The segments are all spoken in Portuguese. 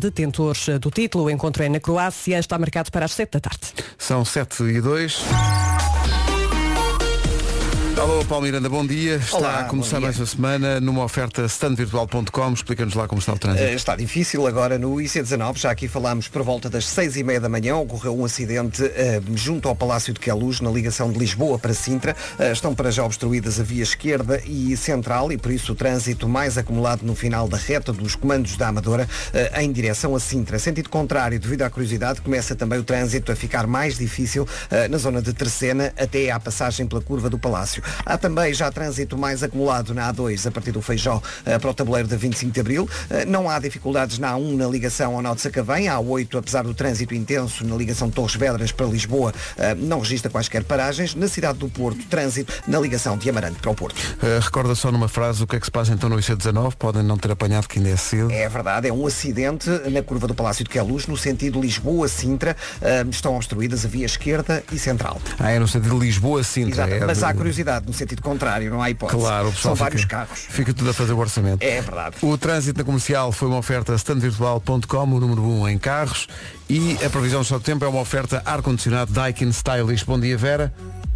detentores do título. O encontro é na Croácia, está marcado para as 7 da tarde. São 7:02. Alô, Paulo Miranda, bom dia. Está Olá, a começar bom dia. mais uma semana numa oferta standvirtual.com. Explica-nos lá como está o trânsito. Está difícil agora no IC19, já aqui falámos por volta das 6:30 da manhã, ocorreu um acidente junto ao Palácio de Queluz, na ligação de Lisboa para Sintra. Estão para já obstruídas a via esquerda e central e por isso o trânsito mais acumulado no final da reta dos comandos da Amadora em direção a Sintra. Sentido contrário, devido à curiosidade, começa também o trânsito a ficar mais difícil na zona de Terceira até à passagem pela curva do Palácio. Há também já trânsito mais acumulado na A2 a partir do Feijó para o tabuleiro da 25 de Abril. Não há dificuldades na A1 na ligação ao Nó de Sacavém. A A8, apesar do trânsito intenso na ligação de Torres Vedras para Lisboa, não registra quaisquer paragens. Na cidade do Porto, trânsito na ligação de Amarante para o Porto. Recorda só numa frase o que é que se passa então no IC19. Podem não ter apanhado que ainda é cedo. É verdade, é um acidente na curva do Palácio de Queluz, no sentido Lisboa-Sintra. Estão obstruídas a via esquerda e central. É no sentido de Lisboa-Sintra. Exato, mas há curiosidade no sentido contrário, não há hipótese. Claro, o pessoal São vários carros. Fica tudo a fazer o orçamento. É verdade. O trânsito na comercial foi uma oferta standvirtual.com, o número 1 em carros, e a previsão do estado do tempo é uma oferta ar-condicionado Daikin Stylish. Bom dia, Vera.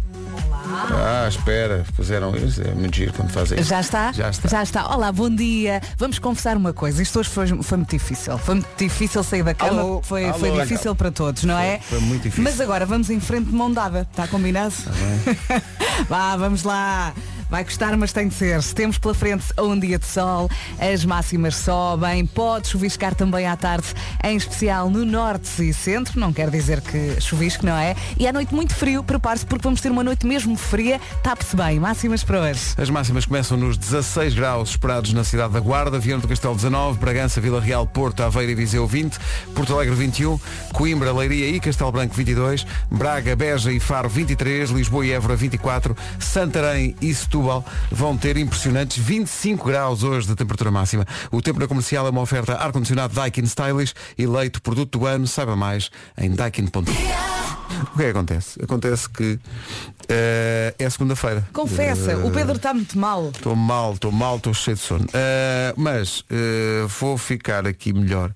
Espera, fizeram isso, é muito giro quando fazem isso. Já está? Já está. Já está. Olá, bom dia. Vamos confessar uma coisa. Isto hoje foi muito difícil. Foi muito difícil sair da cama. Alô? Foi Alô, difícil para todos, não é? Foi muito difícil. Mas agora vamos em frente de mão dada. Está combinado? Vá, vamos lá. Vai custar, mas tem de ser. Temos pela frente um dia de sol, as máximas sobem, pode chuviscar também à tarde, em especial no norte e centro, não quer dizer que chuvisque, não é? E à noite muito frio, prepare-se porque vamos ter uma noite mesmo fria, tape-se bem, máximas para hoje. As máximas começam nos 16 graus esperados na cidade da Guarda, Viana do Castelo 19, Bragança, Vila Real, Porto, Aveiro e Viseu 20, Porto Alegre 21, Coimbra, Leiria e Castelo Branco 22, Braga, Beja e Faro 23, Lisboa e Évora 24, Santarém e Setúbal vão ter impressionantes 25 graus hoje de temperatura máxima. O tempo na comercial é uma oferta ar-condicionado Daikin Stylish, eleito produto do ano. Saiba mais em daikin.com. O que é que acontece? Acontece que é segunda-feira. Confessa, o Pedro está muito mal. Estou mal, estou cheio de sono. Mas vou ficar aqui melhor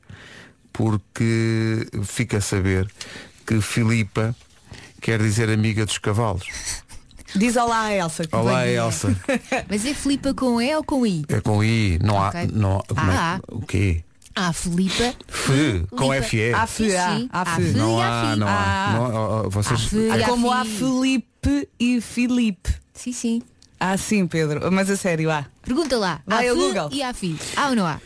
porque fica a saber que Filipa quer dizer amiga dos cavalos. Diz olá a Elsa. Que Olá, bem. Elsa. Mas é Filipa com E ou com I? É com I, não Ok. há. Não, como Ah. é, o quê? Filipa. F, com Lipa. FE. Há F, há F. Não há, não há. Não há, vocês... Há Como há Fi. Filipe e Filipe. Sim, sim. Sim, Pedro, mas a sério, Pergunta lá. Vai há ao Fi Google. e há Fi. Há ou não há?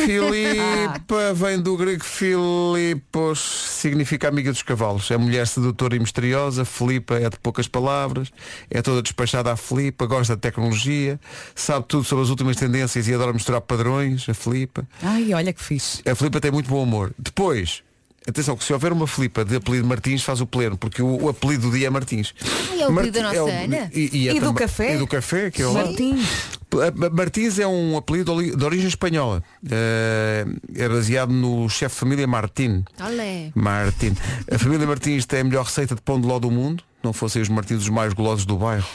Filipa vem do grego Filipos, significa amiga dos cavalos. É mulher sedutora e misteriosa. Filipa é de poucas palavras, é toda despachada à Filipa, gosta de tecnologia, sabe tudo sobre as últimas tendências e adora misturar padrões. A Filipa. Ai, olha que fixe. A Filipa tem muito bom humor. Depois, atenção, que se houver uma Filipa de apelido Martins, faz o pleno, porque o apelido do dia é Martins. É o apelido da nossa Ana. E do café? E do café, que é o Martins. Martins é um apelido de origem espanhola. É baseado no chefe de família Martín. Olé. Martín. A família Martins tem a melhor receita de pão de ló do mundo. Não fossem os Martins os mais golosos do bairro.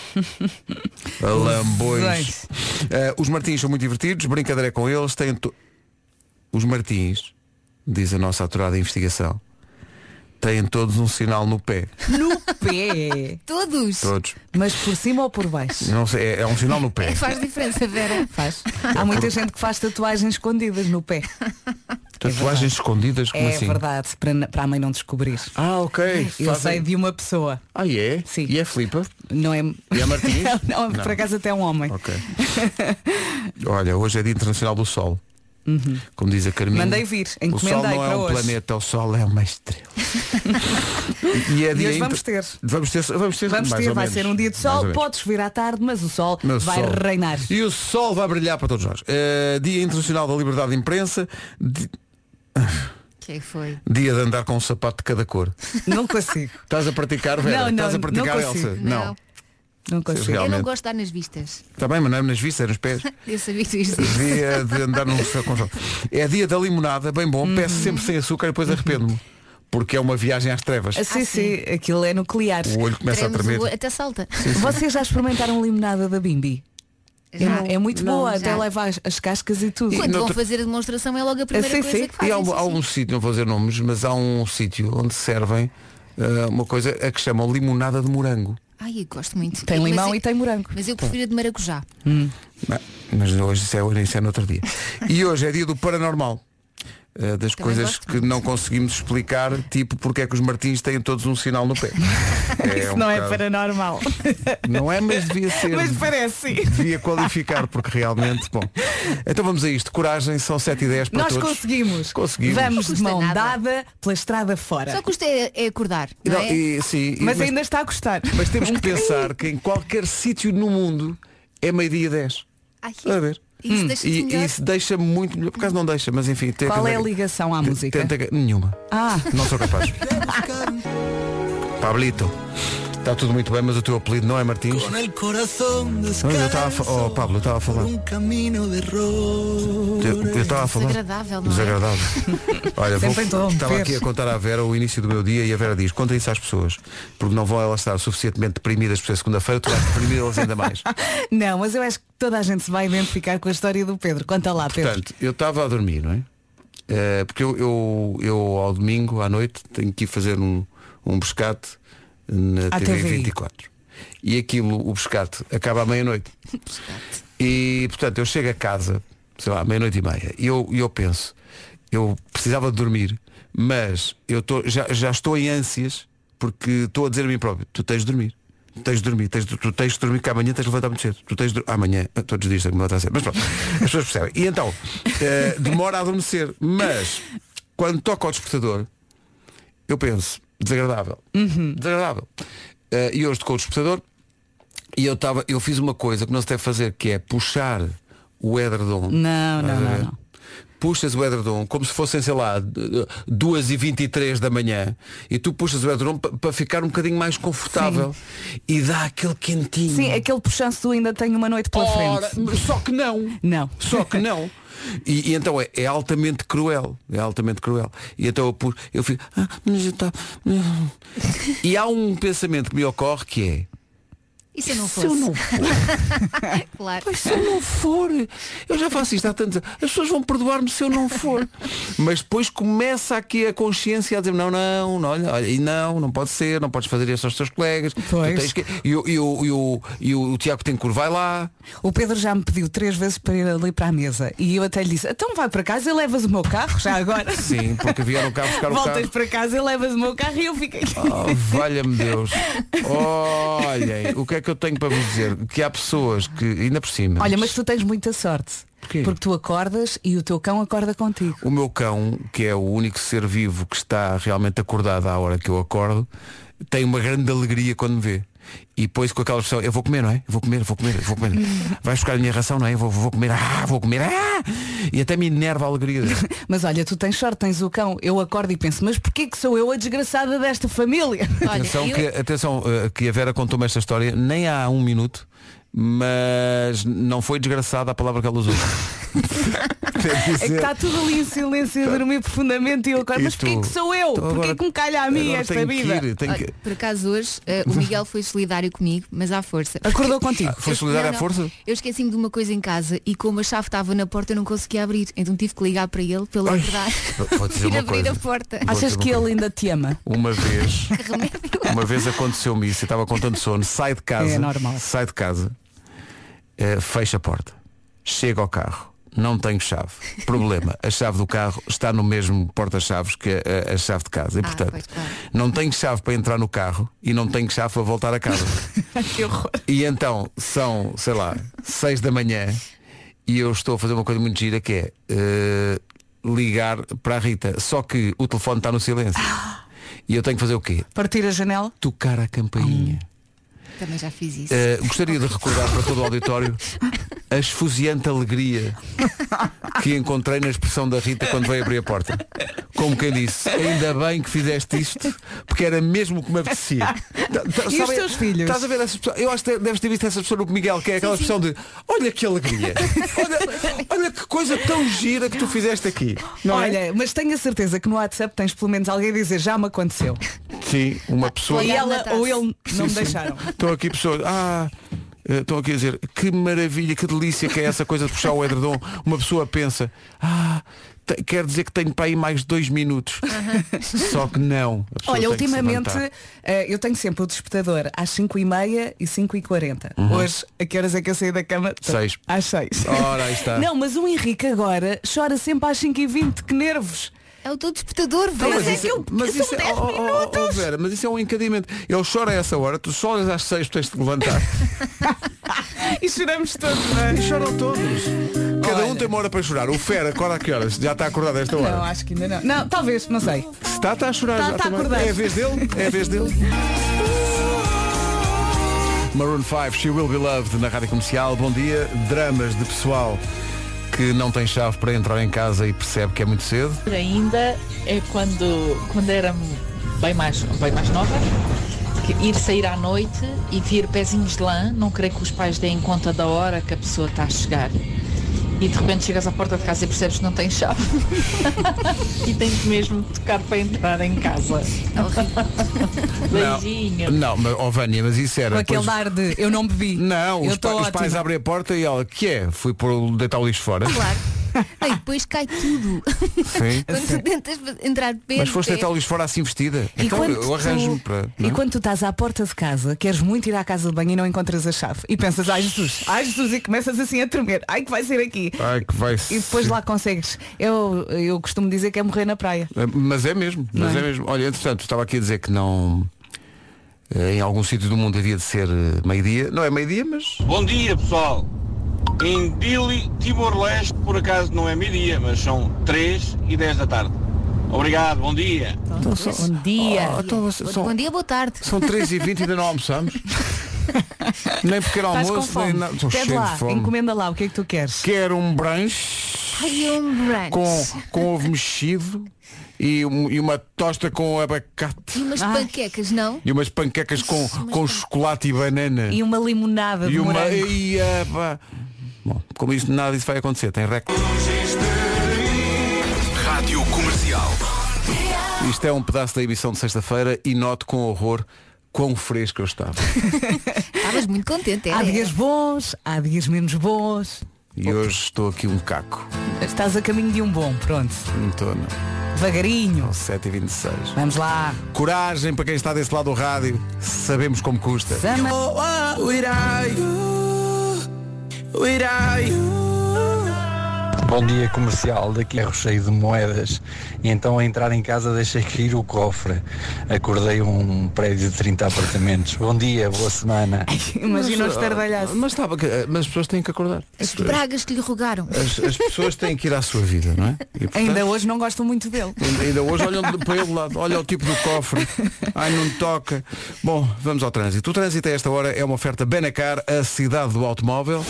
Lambões. Os Martins são muito divertidos, brincadeira é com eles. Os Martins, diz a nossa aturada investigação, têm todos um sinal no pé. No pé. Todos. Todos. Mas por cima ou por baixo? Não sei, é um sinal no pé. Faz diferença, Vera. Faz. Há muita gente que faz tatuagens escondidas no pé. Tatuagens escondidas, como É assim? verdade, para a mãe não descobrir. Ok. Eu sei de uma pessoa. É? Sim. E é Filipa? Não é. E é Martins? não, por acaso até é um homem. Ok. Olha, hoje é Dia Internacional do Sol. Como diz a Carminha. Mandei vir, o Sol encomendei não é para um hoje. planeta, o Sol é uma estrela. e é E dia hoje vamos ter. Vamos ter, Vamos mais ter, ou vai menos. ser um dia de Mais ou sol, menos. pode chover à tarde, mas o sol Mas o vai sol. reinar. E o Sol vai brilhar para todos nós. Dia Internacional da Liberdade de Imprensa. O que é que foi? Dia de andar com um sapato de cada cor. Não consigo. Estás a praticar, Vera? Não, Estás a praticar, não consigo. Elsa? Não consigo. Realmente. Eu não gosto de estar nas vistas. Está bem, mas não é nas vistas, é nos pés. Eu sabia que tu ias dizer. Dia de andar num com... É dia da limonada, bem bom. Peço sempre sem açúcar e depois arrependo-me. Porque é uma viagem às trevas. Sim, aquilo é nuclear. O olho começa a Tremos tremer. até salta. Vocês já experimentaram limonada da Bimbi? É muito boa, até já. leva as cascas e tudo. Quando vão noutra- fazer a demonstração é logo a primeira Sim, coisa sim. que E fazem. há um sítio, não vou dizer nomes, mas há um sítio onde servem uma coisa a que chamam limonada de morango. Ai, eu gosto muito. Tem Mas limão eu- e tem morango. Mas eu prefiro a de maracujá. Mas hoje isso é no outro dia. E hoje é dia do paranormal. Das Também coisas gosto que muito. não conseguimos explicar, tipo porque é que os Martins têm todos um sinal no pé. Isso não é paranormal. Não é, mas devia ser. Mas parece sim. Devia qualificar, porque realmente, bom. Então vamos a isto. Coragem, são 7h10 para Nós todos. conseguimos. Conseguimos. Vamos Não de custa mão nada. dada pela estrada fora. Só custa é acordar, não Não, é? sim, Mas ainda está a gostar. mas temos que pensar que em qualquer sítio no mundo é meio-dia 10. Ai, A ver. isso deixa-te E melhor. isso deixa muito melhor. Por acaso não deixa, mas enfim. Qual é a ligação à música? Nenhuma. Ah, Não sou capaz. Pablito. Está tudo muito bem, mas o teu apelido não é Martins. Con el corazón Eu estava descalzo, Pablo, eu estava a falar. por um caminho de rosas. Eu estava a falar. Desagradável, não é? Desagradável. Olha, Sempre interromper. estava aqui a contar à Vera o início do meu dia e a Vera diz, conta isso às pessoas, porque não vão elas estar suficientemente deprimidas por ser segunda-feira, tu vais deprimir-las ainda mais. não, mas eu acho que toda a gente se vai identificar com a história do Pedro. Conta lá, Pedro. Portanto, eu estava a dormir, não é? Porque eu ao domingo, à noite, tenho que ir fazer um pescate na À TV TVI. 24. E aquilo, o pescate, acaba à meia-noite. E, portanto, eu chego a casa, sei lá, meia-noite e meia, e eu penso, eu precisava de dormir, mas já estou em ânsias, porque estou a dizer a mim próprio, tu tens de dormir. Tu tens de dormir, tu tens de dormir, que amanhã tens de levantar muito cedo. Tu tens de amanhã, todos os dias tenho que me levantar cedo. Mas pronto, as pessoas percebem. E então, demora a adormecer. Mas, quando toca ao despertador, eu penso, desagradável. Desagradável. E hoje tocou o despertador e eu fiz uma coisa que não se deve fazer, que é puxar o edredom. Não. Puxas o edredom como se fossem, sei lá, 2h23 da manhã, e tu puxas o edredom para ficar um bocadinho mais confortável e dá aquele quentinho. Sim, aquele puxanço tu ainda tem uma noite pela frente. Só que não. Não. Só que não. E então é altamente cruel. É altamente cruel. E então eu fico. Mas eu tá... E há um pensamento que me ocorre que é. E se eu não Se eu fosse? não for, Claro. Mas se eu não for, eu já faço isto há tantos anos, as pessoas vão perdoar-me se eu não for. Mas depois começa aqui a consciência a dizer, não, olha, e não pode ser, não podes fazer isso aos teus colegas. Pois. Tu tens que... E o Tiago Tencourt vai lá. O Pedro já me pediu 3 vezes para ir ali para a mesa. E eu até lhe disse, então vai para casa e levas o meu carro, já agora. Sim, porque vieram cá buscar o Voltas carro. para casa e levas o meu carro e eu fico aqui. Oh, valha-me Deus. Olhem, o que é que eu tenho para vos dizer? Que há pessoas que, ainda por cima. Olha, mas tu tens muita sorte. Porquê? Porque tu acordas e o teu cão acorda contigo. O meu cão, que é o único ser vivo que está realmente acordado à hora que eu acordo, tem uma grande alegria quando me vê. E depois com aquela expressão, eu vou comer, não é? Vou comer. Vais buscar a minha ração, não é? Vou comer, vou comer. E até me enerva a alegria dele. Mas olha, tu tens sorte, tens o cão. Eu acordo e penso, mas porquê que sou eu a desgraçada desta família? Olha, Atenção, que a Vera contou-me esta história nem há 1 minuto, mas não foi desgraçada a palavra que ela usou. É que está tudo ali em silêncio a dormir profundamente e eu acordo, E mas porquê tu? que sou eu? Então Porquê agora- que me calha a mim agora esta tenho que vida? ir, tenho que- olha, por acaso hoje o Miguel foi solidário comigo, mas à força. Acordou contigo. Foi solidário à força? Eu esqueci-me de uma coisa em casa e como a chave estava na porta eu não conseguia abrir. Então tive que ligar para ele pela Ai, verdade. vou dizer Ir uma abrir coisa. a porta. Achas que ele ainda te ama? Uma vez, Que remédio. uma vez aconteceu-me isso, eu estava com tanto sono, sai de casa, É normal. fecha a porta, chega ao carro, não tenho chave. Problema, a chave do carro está no mesmo porta-chaves que a chave de casa. E portanto, pois, claro. não tenho chave para entrar no carro e não tenho chave para voltar a casa. Que horror. E então são, sei lá, 6 da manhã e eu estou a fazer uma coisa muito gira que é ligar para a Rita. Só que o telefone está no silêncio. E eu tenho que fazer o quê? Partir a janela? Tocar a campainha. Também já fiz isso. Gostaria de recordar para todo o auditório a esfuziante alegria que encontrei na expressão da Rita quando veio abrir a porta. Como quem disse, ainda bem que fizeste isto, porque era mesmo o que me apetecia. E os teus filhos? Estás a ver essa pessoa? Eu acho que deves ter visto essa pessoa no Miguel, que é aquela expressão de olha que alegria. Olha que coisa tão gira que tu fizeste aqui. Não é? Olha, mas tenho a certeza que no WhatsApp tens pelo menos alguém a dizer já me aconteceu. Sim, uma pessoa. E Olhar ela na taça. ou ele não me Sim. deixaram. Estão aqui pessoas. Estão aqui a dizer, que maravilha, que delícia que é essa coisa de puxar o edredom. Uma pessoa pensa, quer dizer que tenho para aí mais 2 minutos. Só que não. Olha, ultimamente eu tenho sempre o despertador às 5h30 e 5h40. Hoje, a que horas é que eu saí da cama? 6. Às 6. Ora, aí está. Não, mas o Henrique agora chora sempre às 5h20. Que nervos! É o teu despertador, Vera. Mas é que eu Mas são isso 10 minutos. Vera, mas isso é um encadimento. Ele chora a essa hora, tu choras às 6, tens de te levantar. E choramos todos, não é? E choram todos. Cada um tem uma hora para chorar. O Fer acorda a que horas? Já está acordado a esta hora? Não, acho que ainda não. Não, talvez, não sei. Está a chorar. Está já a também. acordar. É a vez dele? É a vez dele? Maroon 5, She Will Be Loved na Rádio Comercial. Bom dia. Dramas de pessoal que não tem chave para entrar em casa e percebe que é muito cedo. Ainda é quando era bem mais nova, que sair à noite e vir pezinhos de lã, não querer que os pais deem conta da hora que a pessoa está a chegar. E de repente chegas à porta de casa e percebes que não tens chave. E tens mesmo de tocar para entrar em casa. Beijinho. Não, mas, Vânia, mas isso era... Com aquele ar de eu não bebi. Não, eu os pais abrem a porta e ela, que é? Fui deitar o lixo fora. Claro. E depois cai tudo. Sim. Quando tu tentas entrar de pé. Mas foste deitar o lixo fora assim vestida. E Então eu arranjo-me para... E quando tu estás à porta de casa, queres muito ir à casa de banho e não encontras a chave. E pensas, ai Jesus, e começas assim a tremer. Ai que vai ser aqui. Ai, que vai ser. E depois lá consegues. Eu costumo dizer que é morrer na praia. Mas é mesmo, Olha, entretanto, estava aqui a dizer que não... Em algum sítio do mundo havia de ser meio-dia. Não é meio-dia, mas... Bom dia, pessoal. Em Dili, Timor-Leste, por acaso não é meio-dia, mas são 3h10 da tarde. Obrigado, bom dia. Então, Bom dia. Bom dia, boa tarde. São 3h20 e ainda não almoçamos. Nem pequeno Estás almoço, com fome. nem nada. Estou Pede cheio lá, de fome. encomenda lá, o que é que tu queres? Quero um brunch Ai, um brunch. com ovo mexido e uma tosta com abacate. E umas panquecas, não? E umas panquecas com chocolate e banana. E uma limonada de morango. Bom, como isso, nada disso vai acontecer. Tem recorde. Rádio Comercial. Isto é um pedaço da emissão de sexta-feira e noto com horror quão fresco eu estava. Estavas muito contente, era? Há dias bons, há dias menos bons. E hoje estou aqui um caco. Estás a caminho de um bom, pronto. Não estou, não. Devagarinho. 7h26. Vamos lá. Coragem para quem está desse lado do rádio. Sabemos como custa. Sama. Bom dia, comercial, daqui é cheio de moedas e então a entrar em casa deixei cair o cofre. Acordei um prédio de 30 apartamentos. Bom dia, boa semana. Imagina o estardalhaço. Mas as pessoas têm que acordar. As bragas que lhe rogaram. As pessoas têm que ir à sua vida, não é? E, portanto, Ainda hoje não gostam muito dele. ainda hoje olham para ele lado. Olha o tipo do cofre. Ai, não toca. Bom, vamos ao trânsito. O trânsito a esta hora é uma oferta Benacar, a cidade do automóvel.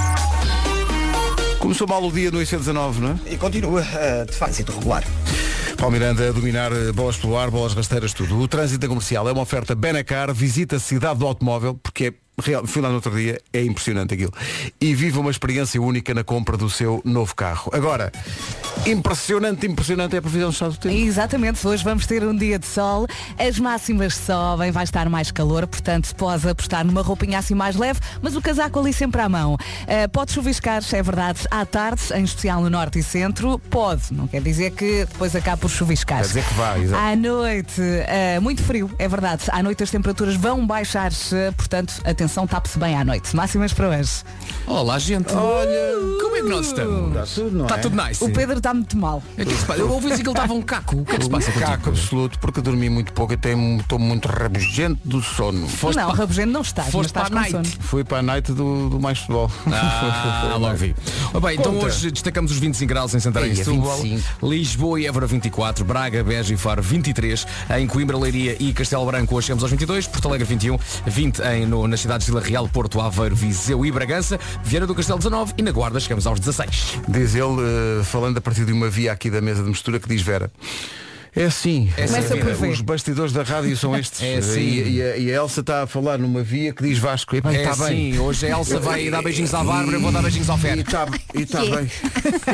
Começou mal o dia no IC19, não é? E continua de trânsito regular. Paulo Miranda a dominar bolas pelo ar, bolas rasteiras, tudo. O trânsito comercial é uma oferta Benacar, visita a cidade do automóvel, porque é fui lá no outro dia, é impressionante aquilo. E vive uma experiência única na compra do seu novo carro. Agora, impressionante é a previsão do estado do tempo. Exatamente, hoje vamos ter um dia de sol, as máximas sobem, vai estar mais calor, portanto podes apostar numa roupinha assim mais leve, mas o casaco ali sempre à mão. Pode chuviscar, é verdade, à tarde, em especial no norte e centro, pode, não quer dizer que depois acabe por chuviscar. Quer dizer que vai, exato. À noite, muito frio, é verdade, à noite as temperaturas vão baixar, portanto, atenção, tape-se bem à noite. Máximas para hoje. Olá, gente. Olha, como é que nós estamos? Está tudo, não é? Está tudo nice. O Pedro está muito mal. Eu ouvi dizer que ele estava um caco. O que é que se passa contigo? Caco absoluto, porque dormi muito pouco, até estou muito rabugento do sono. Não, rabugento não estás, mas estás com sono. Fui para a night do Mais Futebol. Logo vi. Bem, então hoje destacamos os 25 graus em Santarém e Setúbal, 25. Lisboa e Évora 24, Braga, Beja e Faro 23, em Coimbra, Leiria e Castelo Branco hoje chegamos aos 22, Porto Alegre 21, 20 nas cidades de Vila Real, Porto, Aveiro, Viseu e Bragança, Viana do Castelo 19 e na Guarda chegamos aos 16. Diz ele, falando a partir de uma via aqui da mesa de mistura, que diz Vera. É assim, os bastidores da rádio são estes. É assim. E a Elsa está a falar numa via que diz Vasco. E bem, é está bem. Sim, hoje a Elsa vai dar beijinhos à Bárbara, eu vou dar beijinhos ao Fer. E está bem.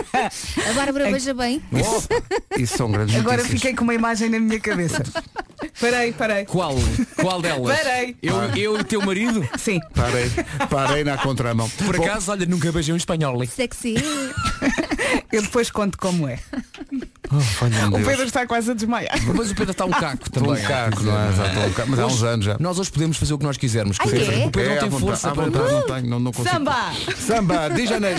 A Bárbara beija bem. Isso são grandes Agora notícias. fiquei com uma imagem na minha cabeça. Parei. Qual delas? Parei. Eu e teu marido? Sim. Parei na contramão. Por acaso, olha, nunca beijei um espanhol. Sexy. Eu depois conto como é. O Pedro está quase a desmaiar. Mas o Pedro está um caco também. Um caco, não é? Mas há uns anos já. Nós hoje podemos fazer o que nós quisermos. Ai, é? O Pedro não tem força para... Não consigo. Samba! De janeiro.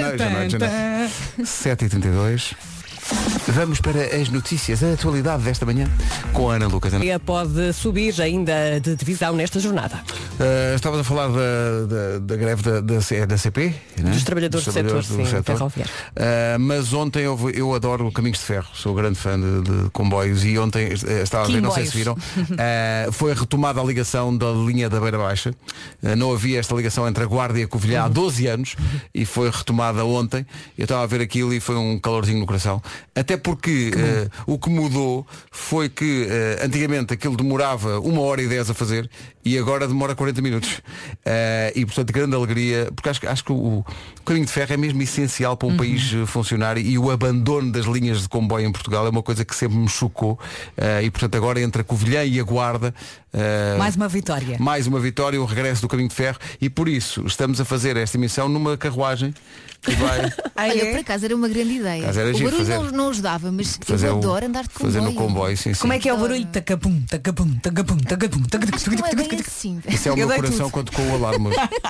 7h32. Vamos para as notícias, a atualidade desta manhã com a Ana Lucas. Pode subir ainda de divisão nesta jornada. Estavas a falar da greve da CP, né? Dos trabalhadores do setor ferroviário. Mas ontem eu adoro Caminhos de Ferro, sou grande fã de comboios e ontem estava a ver, não sei se viram, foi retomada a ligação da linha da Beira Baixa. Não havia esta ligação entre a Guarda e a Covilhã há 12 anos e foi retomada ontem. Eu estava a ver aquilo e foi um calorzinho no coração. Até porque o que mudou foi que antigamente aquilo demorava 1h10 a fazer e agora demora 40 minutos. E portanto grande alegria, porque acho que o caminho de ferro é mesmo essencial para um país funcionar e o abandono das linhas de comboio em Portugal é uma coisa que sempre me chocou. E portanto agora entre a Covilhã e a Guarda mais uma vitória. O regresso do caminho de ferro e por isso estamos a fazer esta emissão numa carruagem que vai... Olha, por acaso era uma grande ideia. O barulho não ajudava, mas eu adoro andar de comboio. Fazer no comboio, sim. Como é que é o barulho? Tacapum, tacapum, tacapum, tacapum, tacapum. Não é bem assim. Isso é o meu coração quando tocou o alarme.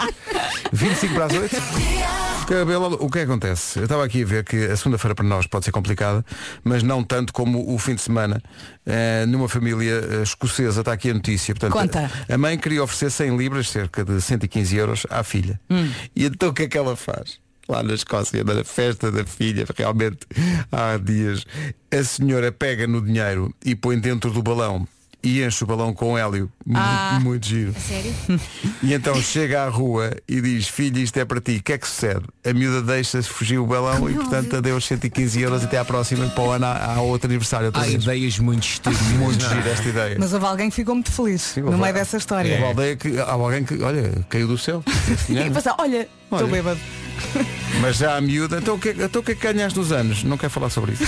25 para as 8. Cabelo, o que acontece? Eu estava aqui a ver que a segunda-feira para nós pode ser complicada, mas não tanto como o fim de semana. Numa família escocesa, está aqui a notícia. Portanto, conta. A mãe queria oferecer 100 libras, cerca de 115 euros, à filha. E então o que é que ela faz? Lá na Escócia, na festa da filha, realmente há dias, a senhora pega no dinheiro e põe dentro do balão e enche o balão com hélio. Muito giro. Sério? E então chega à rua e diz: filha, isto é para ti. O que é que sucede? A miúda deixa-se fugir o balão e portanto adeus 115 euros até à próxima. Para o ano há outro aniversário. Há ideias muito estúpidas. Muito giro esta ideia. Mas houve alguém que ficou muito feliz no meio dessa história. Há alguém que, olha, caiu do céu. E passar, olha, estou bêbado. Mas já a miúda, então o que é que ganhaste nos anos? Não quero falar sobre isso.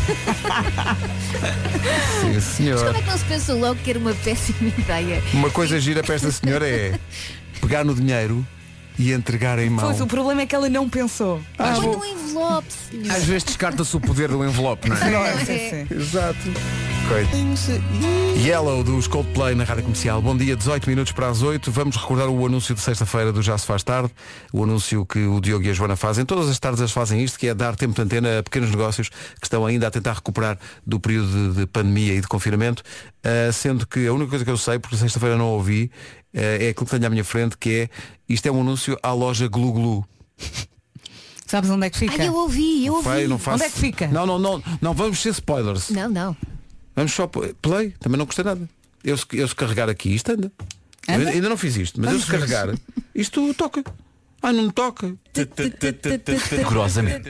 Sim, senhor. Mas como é que não se pensou logo que era uma péssima ideia? Uma coisa gira para esta senhora é pegar no dinheiro e entregar em mão. Pois, o problema é que ela não pensou. Põe no envelope, senhor. Às vezes descarta-se o poder do envelope, não é? Sim. Exato. Yellow dos Coldplay na Rádio Comercial. Bom dia, 18 minutos para as 8. Vamos recordar o anúncio de sexta-feira do Já se faz tarde. O anúncio que o Diogo e a Joana fazem. Todas as tardes eles fazem isto, que é dar tempo de antena a pequenos negócios que estão ainda a tentar recuperar do período de pandemia e de confinamento. Sendo que a única coisa que eu sei, porque sexta-feira não ouvi, é aquilo que tenho à minha frente, que é, isto é um anúncio à loja Glu Glu. Sabes onde é que fica? Eu ouvi. Não faço... Onde é que fica? Não vamos ser spoilers. Não. Vamos só play, também não custa nada. Eu se carregar aqui, isto anda. Eu ainda não fiz isto, mas eu se carregar, isto toca. Não toca. Rigorosamente.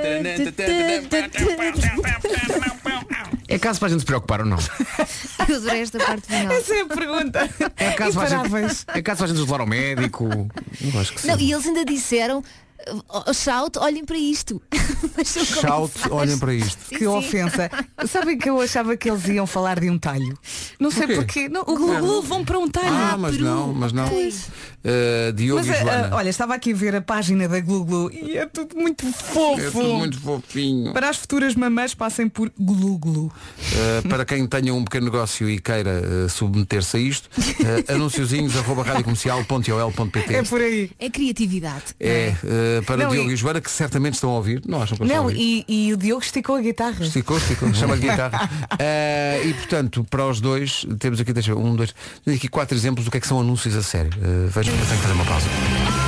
É caso para a gente se preocupar ou não? Eu adorei esta parte final. Essa é a pergunta. É caso para a gente levar ao médico? Eu acho que sim. Não, e eles ainda disseram: shout, olhem para isto. Shout, olhem para isto. Sim, Que ofensa. Sabem que eu achava que eles iam falar de um talho. Não sei porquê. Não, o Glu vão para um talho. Mas não. Diogo e Joana. Olha, estava aqui a ver a página da Glu Glu e é tudo muito fofo. É tudo muito fofinho. Para as futuras mamãs, passem por Glu Glu. Para quem tenha um pequeno negócio e queira submeter-se a isto, anunciozinhos@radiocomercial.ol.pt. É por aí. É criatividade. Para Diogo e Joana, que certamente estão a ouvir. Não acham que eu estou a ouvir? E o Diogo esticou a guitarra. Esticou, chama de guitarra. E portanto, para os dois, temos aqui, temos aqui 4 exemplos do que é que são anúncios a sério. Vejam que eu tenho que fazer uma pausa.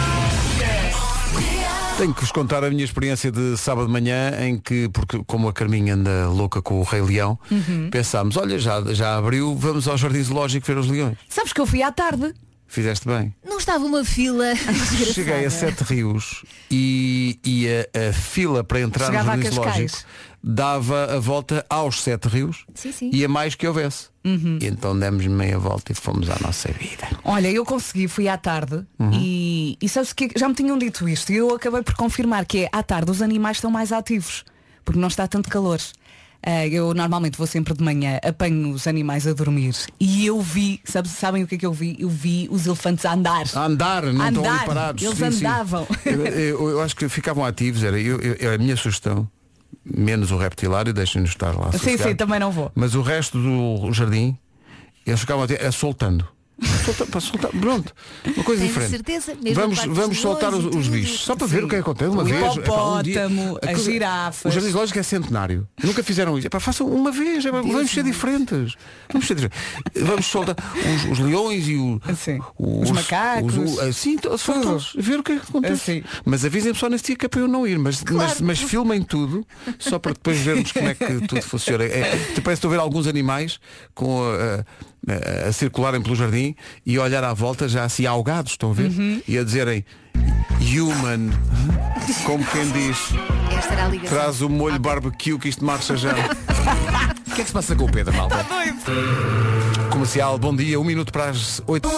Tenho que vos contar a minha experiência de sábado de manhã em que, porque como a Carminha anda louca com o Rei Leão, pensámos, olha, já abriu, vamos ao Jardim Zoológico ver os leões. Sabes que eu fui à tarde. Fizeste bem. Não estava uma fila. Cheguei a 7 Rios e a fila para entrar Chegava no Jardim Zoológico dava a volta aos 7 Rios. Sim. E a mais que houvesse. E então demos meia volta e fomos à nossa vida. Olha, eu consegui, fui à tarde e sabes que já me tinham dito isto e eu acabei por confirmar que à tarde os animais estão mais ativos porque não está tanto calor. Eu normalmente vou sempre de manhã, apanho os animais a dormir e eu vi, sabem o que é que eu vi? Eu vi os elefantes a andar. A andar, não estão ali parados. Eles sim, andavam. Sim. Eu acho que ficavam ativos, era a minha sugestão, menos o reptilário, deixem-nos estar lá. Sim, também não vou. Mas o resto do jardim, eles ficavam ativos, soltando. Para soltar, pronto, uma coisa Tenho diferente. Certeza, mesmo vamos soltar os bichos só para ver o que acontece uma vez. Hipopótamo, as girafas. O Jardim Zoológico é centenário. Nunca fizeram isso. Façam uma vez. Vamos ser diferentes. Vamos soltar os leões e os macacos. Ver o que acontece. Mas avisem só nesse dia que é para eu não ir. Mas filmem tudo só para depois vermos como é que tudo funciona. Parece que estou a ver alguns animais com a circularem pelo jardim e a olhar à volta já assim algados, estão a ver? E a dizerem human, como quem diz, esta era a ligação. Traz o molho barbecue que isto marcha já. O que é que se passa com o Pedro, malta? Comercial, bom dia, 1 minuto para as 8.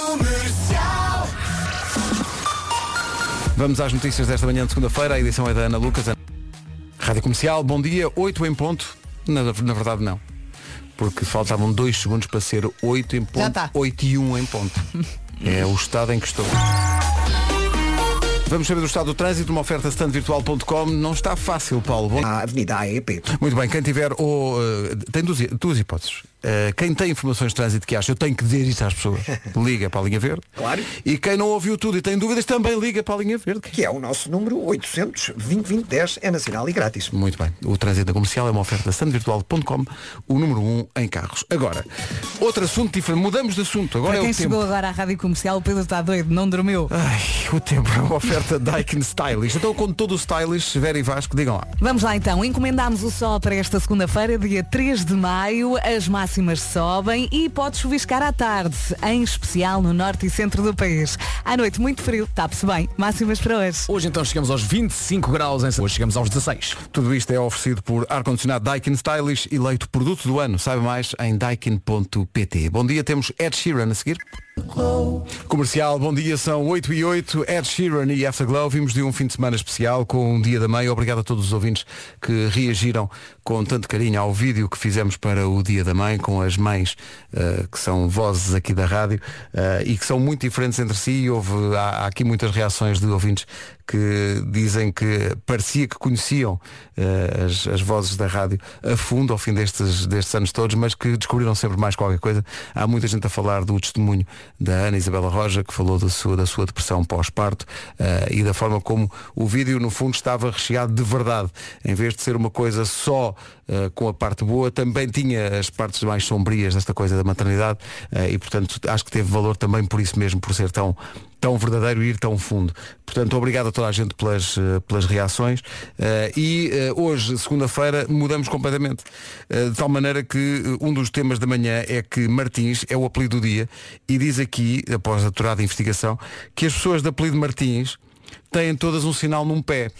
Vamos às notícias desta manhã de segunda-feira, a edição é da Ana Lucas. Rádio Comercial, bom dia, 8 em ponto. Na verdade não, porque faltavam 2 segundos para ser 8 em ponto, 8 e 1 em ponto. É o estado em que estou. Vamos saber do estado do trânsito, uma oferta standvirtual.com. Não está fácil, Paulo. A Avenida AEP. Muito bem, quem tiver tem duas hipóteses. Quem tem informações de trânsito que acha eu tenho que dizer isso às pessoas, liga para a linha verde. Claro. E quem não ouviu tudo e tem dúvidas também liga para a linha verde. Que é o nosso número 800-2020-10, é nacional e grátis. Muito bem, o trânsito comercial é uma oferta standvirtual.com, o número 1 em carros. Agora, outro assunto diferente, mudamos de assunto. Agora para é quem o tempo. chegou agora à Rádio Comercial, o Pedro está doido, não dormiu. O tempo é uma oferta Daikin Stylish. Então com todo o stylish, Vera e Vasco, digam lá. Vamos lá então, encomendámos o sol para esta segunda-feira, dia 3 de maio, as máximas sobem e pode chuviscar à tarde, em especial no norte e centro do país. À noite muito frio, tape-se bem, máximas para hoje. Hoje então chegamos aos 25 graus, hoje chegamos aos 16. Tudo isto é oferecido por ar-condicionado Daikin Stylish, eleito produto do ano. Saiba mais em daikin.pt. Bom dia, temos Ed Sheeran a seguir. Comercial, bom dia, são 8 e 8, Ed Sheeran e Afterglow. Vimos de um fim de semana especial com um Dia da Mãe. Obrigado a todos os ouvintes que reagiram com tanto carinho ao vídeo que fizemos para o Dia da Mãe, com as mães que são vozes aqui da rádio e que são muito diferentes entre si. E há aqui muitas reações de ouvintes que dizem que parecia que conheciam as vozes da rádio a fundo ao fim destes anos todos, mas que descobriram sempre mais qualquer coisa. Há muita gente a falar do testemunho da Ana Isabela Roja, que falou da sua depressão pós-parto e da forma como o vídeo no fundo estava recheado de verdade. Em vez de ser uma coisa só com a parte boa, também tinha as partes mais sombrias desta coisa da maternidade e portanto acho que teve valor também por isso mesmo, por ser tão verdadeiro e ir tão fundo. Portanto, obrigado a toda a gente pelas reações e hoje, segunda-feira, mudamos completamente. De tal maneira que um dos temas da manhã é que Martins é o apelido do dia e diz aqui, após a aturada investigação, que as pessoas de apelido Martins têm todas um sinal num pé.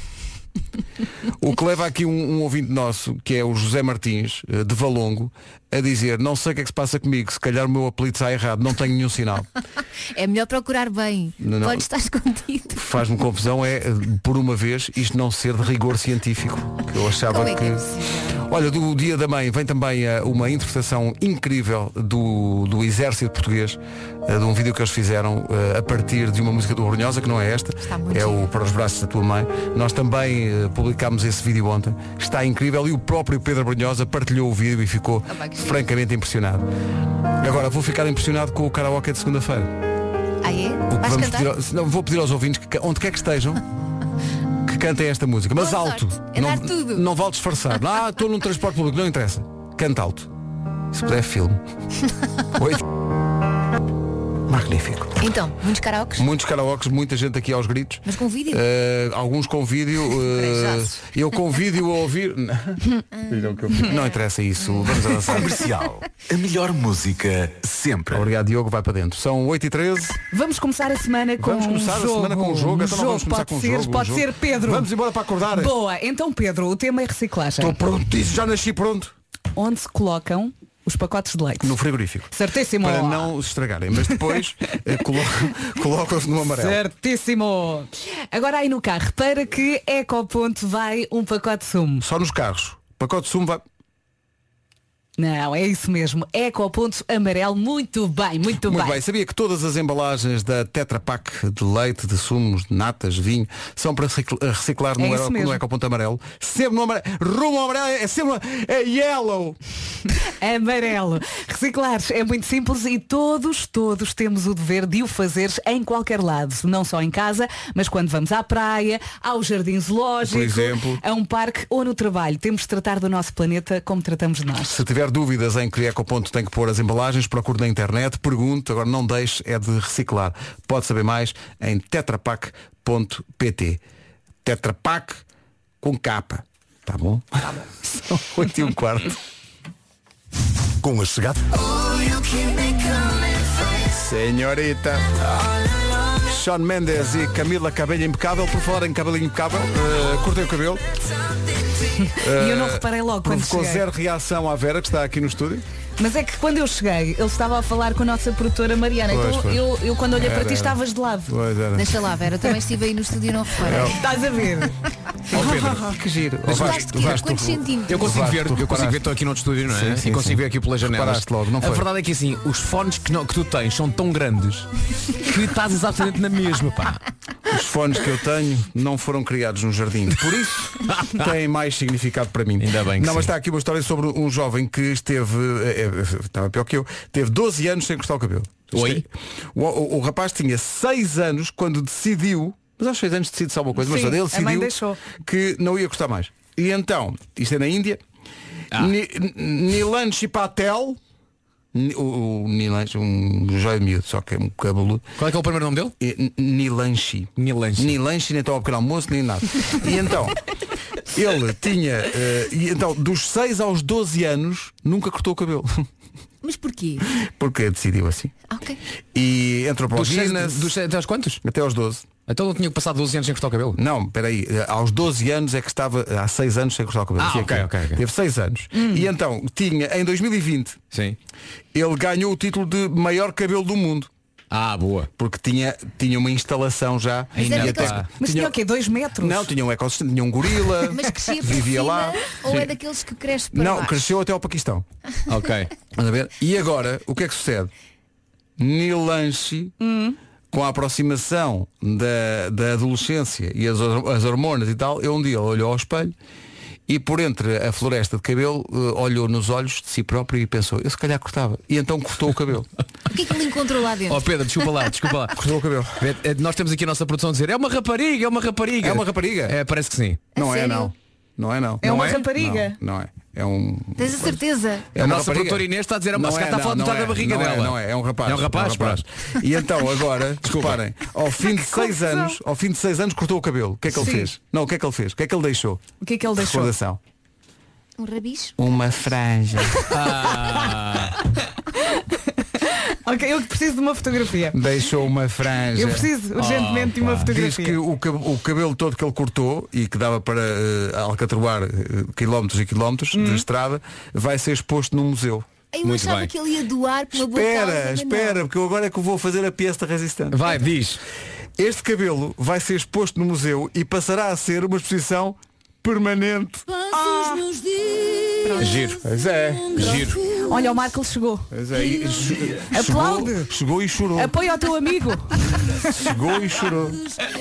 O que leva aqui um ouvinte nosso, que é o José Martins, de Valongo, a dizer, não sei o que é que se passa comigo, se calhar o meu apelido está errado, não tenho nenhum sinal. É melhor procurar bem, não, pode estar escondido. Faz-me confusão por uma vez, isto não ser de rigor científico. Eu achava que olha, do Dia da Mãe vem também uma interpretação incrível do Exército Português, de um vídeo que eles fizeram a partir de uma música do Brunhosa, que não é esta, é o Para os Braços da Tua Mãe. Nós também publicámos esse vídeo ontem, está incrível e o próprio Pedro Brunhosa partilhou o vídeo e ficou francamente impressionado. Agora vou ficar impressionado com o karaoke de segunda-feira. Ah é? Vais cantar? Vou pedir aos ouvintes que onde quer que estejam que cantem esta música, mas boa alto. É dar tudo. Não vale disfarçar. Estou num transporte público, não interessa. Canta alto. Se puder, filme. Magnífico. Então, muitos karaokes? Muitos karaokes, muita gente aqui aos gritos. Mas com vídeo? Alguns com vídeo. Eu com vídeo a ouvir. Não interessa isso. Vamos avançar. Comercial. A melhor música sempre. Obrigado, Diogo. Vai para dentro. São 8h13. Vamos começar a semana com um jogo. Então não vamos começar com um jogo. Pode ser, Pedro. Vamos embora para acordar. Boa. Então, Pedro, o tema é reciclagem. Estou prontíssimo. Já nasci pronto. Onde se colocam os pacotes de leite? No frigorífico. Certíssimo. Para não se estragarem. Mas depois colocam-se no amarelo. Certíssimo. Agora aí no carro, para que ecoponto vai um pacote de sumo? Só nos carros. O pacote de sumo vai... Não, é isso mesmo. Ecoponto amarelo. Muito bem, muito bem. Sabia que todas as embalagens da Tetra Pak de leite, de sumos, de natas, vinho, são para reciclar no Ecoponto amarelo. Sempre no amarelo. Rumo ao amarelo é sempre yellow. Amarelo. Reciclar é muito simples e todos temos o dever de o fazer em qualquer lado. Não só em casa, mas quando vamos à praia, ao jardim zoológico, por exemplo, a um parque ou no trabalho. Temos de tratar do nosso planeta como tratamos de nós. Se tiver dúvidas em que Ecoponto tem que pôr as embalagens, procure na internet, pergunte, agora não deixe, é de reciclar. Pode saber mais em tetrapak.pt. Tetra Pak com capa. Tá bom? Tá bom. São 8h15. Com a chegada. Senhorita. Shawn Mendes e Camila Cabello Impecável. Por falar em cabelo impecável, cortei o cabelo. E eu não reparei logo quando Ficou cheguei. zero reação à Vera, que está aqui no estúdio. Mas é que quando eu cheguei, ele estava a falar com a nossa produtora Mariana. Pois, então pois. eu quando olhei para ti Era. estavas de lado. Pois era. Deixa lá, Vera, também estive aí no estúdio e não reparei. Estás a ver? Que giro. Gostaste de quê? Quantos centímetros? Eu consigo ver, reparaste. estou aqui no outro estúdio, não é? Sim, e consigo ver aqui pelas janelas. Reparaste logo, não A foi? verdade é que assim, os fones que tu tens são tão grandes que estás exatamente na mesma, pá. Os fones que eu tenho não foram criados no jardim. Por isso, têm mais significado para mim. Ainda bem que não, mas sim. está aqui uma história sobre um jovem que esteve, estava pior que eu, teve 12 anos sem cortar o cabelo. Oi? O rapaz tinha 6 anos quando decidiu, mas aos 6 anos decide só uma coisa, Sim, mas ele a mãe decidiu deixou. que não ia cortar mais. E então, isto é na Índia, Nilanshi Patel, o Nilanshi, um joio miúdo, só que é um cabeludo. Qual é que é o primeiro nome dele? Nilanshi. Nilanshi. Nem estava ao pequeno almoço, nem nada. E então, ele tinha, e então, dos 6 aos 12 anos, nunca cortou o cabelo. Mas porquê? Porque decidiu assim. Ok. E entrou para o Guinness. Até aos quantos? Até aos 12. Então não tinha passado 12 anos sem cortar o cabelo? Não, peraí, aos 12 anos é que estava, há 6 anos sem cortar o cabelo. Ah, Tinha ok. Teve 6 anos. E então, tinha, em 2020, Sim. ele ganhou o título de maior cabelo do mundo. Ah, boa. Porque tinha uma instalação já. Ainda E está. até- Mas tinha o quê? 2 metros? Não, tinha um ecossistema, tinha um gorila. Mas crescia por vivia cima lá. ou Sim. é daqueles que cresce para Não, baixo? cresceu até ao Paquistão. Ok. Estás a ver? E agora, o que é que sucede? Nilanshi, com a aproximação da adolescência e as hormonas e tal, um dia olhou ao espelho e por entre a floresta de cabelo olhou nos olhos de si próprio e pensou, eu se calhar cortava. E então cortou o cabelo. O que é que ele encontrou lá dentro? Oh Pedro, desculpa lá. Cortou o cabelo. Nós temos aqui a nossa produção a dizer, é uma rapariga. É uma rapariga? É, parece que sim. Não é, sério? não. Não é, não. É Não uma rapariga? Não, não é. É um... Tens a certeza? É A uma nossa rapariga. produtora Inês está a dizer, Não se calhar é, está a falar não, metade não da barriga não dela. Não é um rapaz. É um rapaz, pronto. E então agora, reparem, ao fim de 6 anos, cortou o cabelo. O que é que ele Sim. fez? Não, o que é que ele fez? O que é que ele deixou? O que é que ele deixou? Recordação. Um rabicho? Uma franja. Ok, eu preciso de uma fotografia. Deixou uma franja. Eu preciso urgentemente de uma Diz fotografia. que o cabelo todo que ele cortou e que dava para alcatroar quilómetros e quilómetros de estrada vai ser exposto num museu. Eu Muito achava bem. que ele ia doar por uma boa causa. mas Espera, não. porque eu agora é que eu vou fazer a pièce de resistência. Vai, diz. Este cabelo vai ser exposto no museu e passará a ser uma exposição permanente. Giro. Pois é. Giro. Olha, o Marco chegou. Pois é. E Aplaude. Chegou e chorou. Apoia o teu amigo. Chegou e chorou.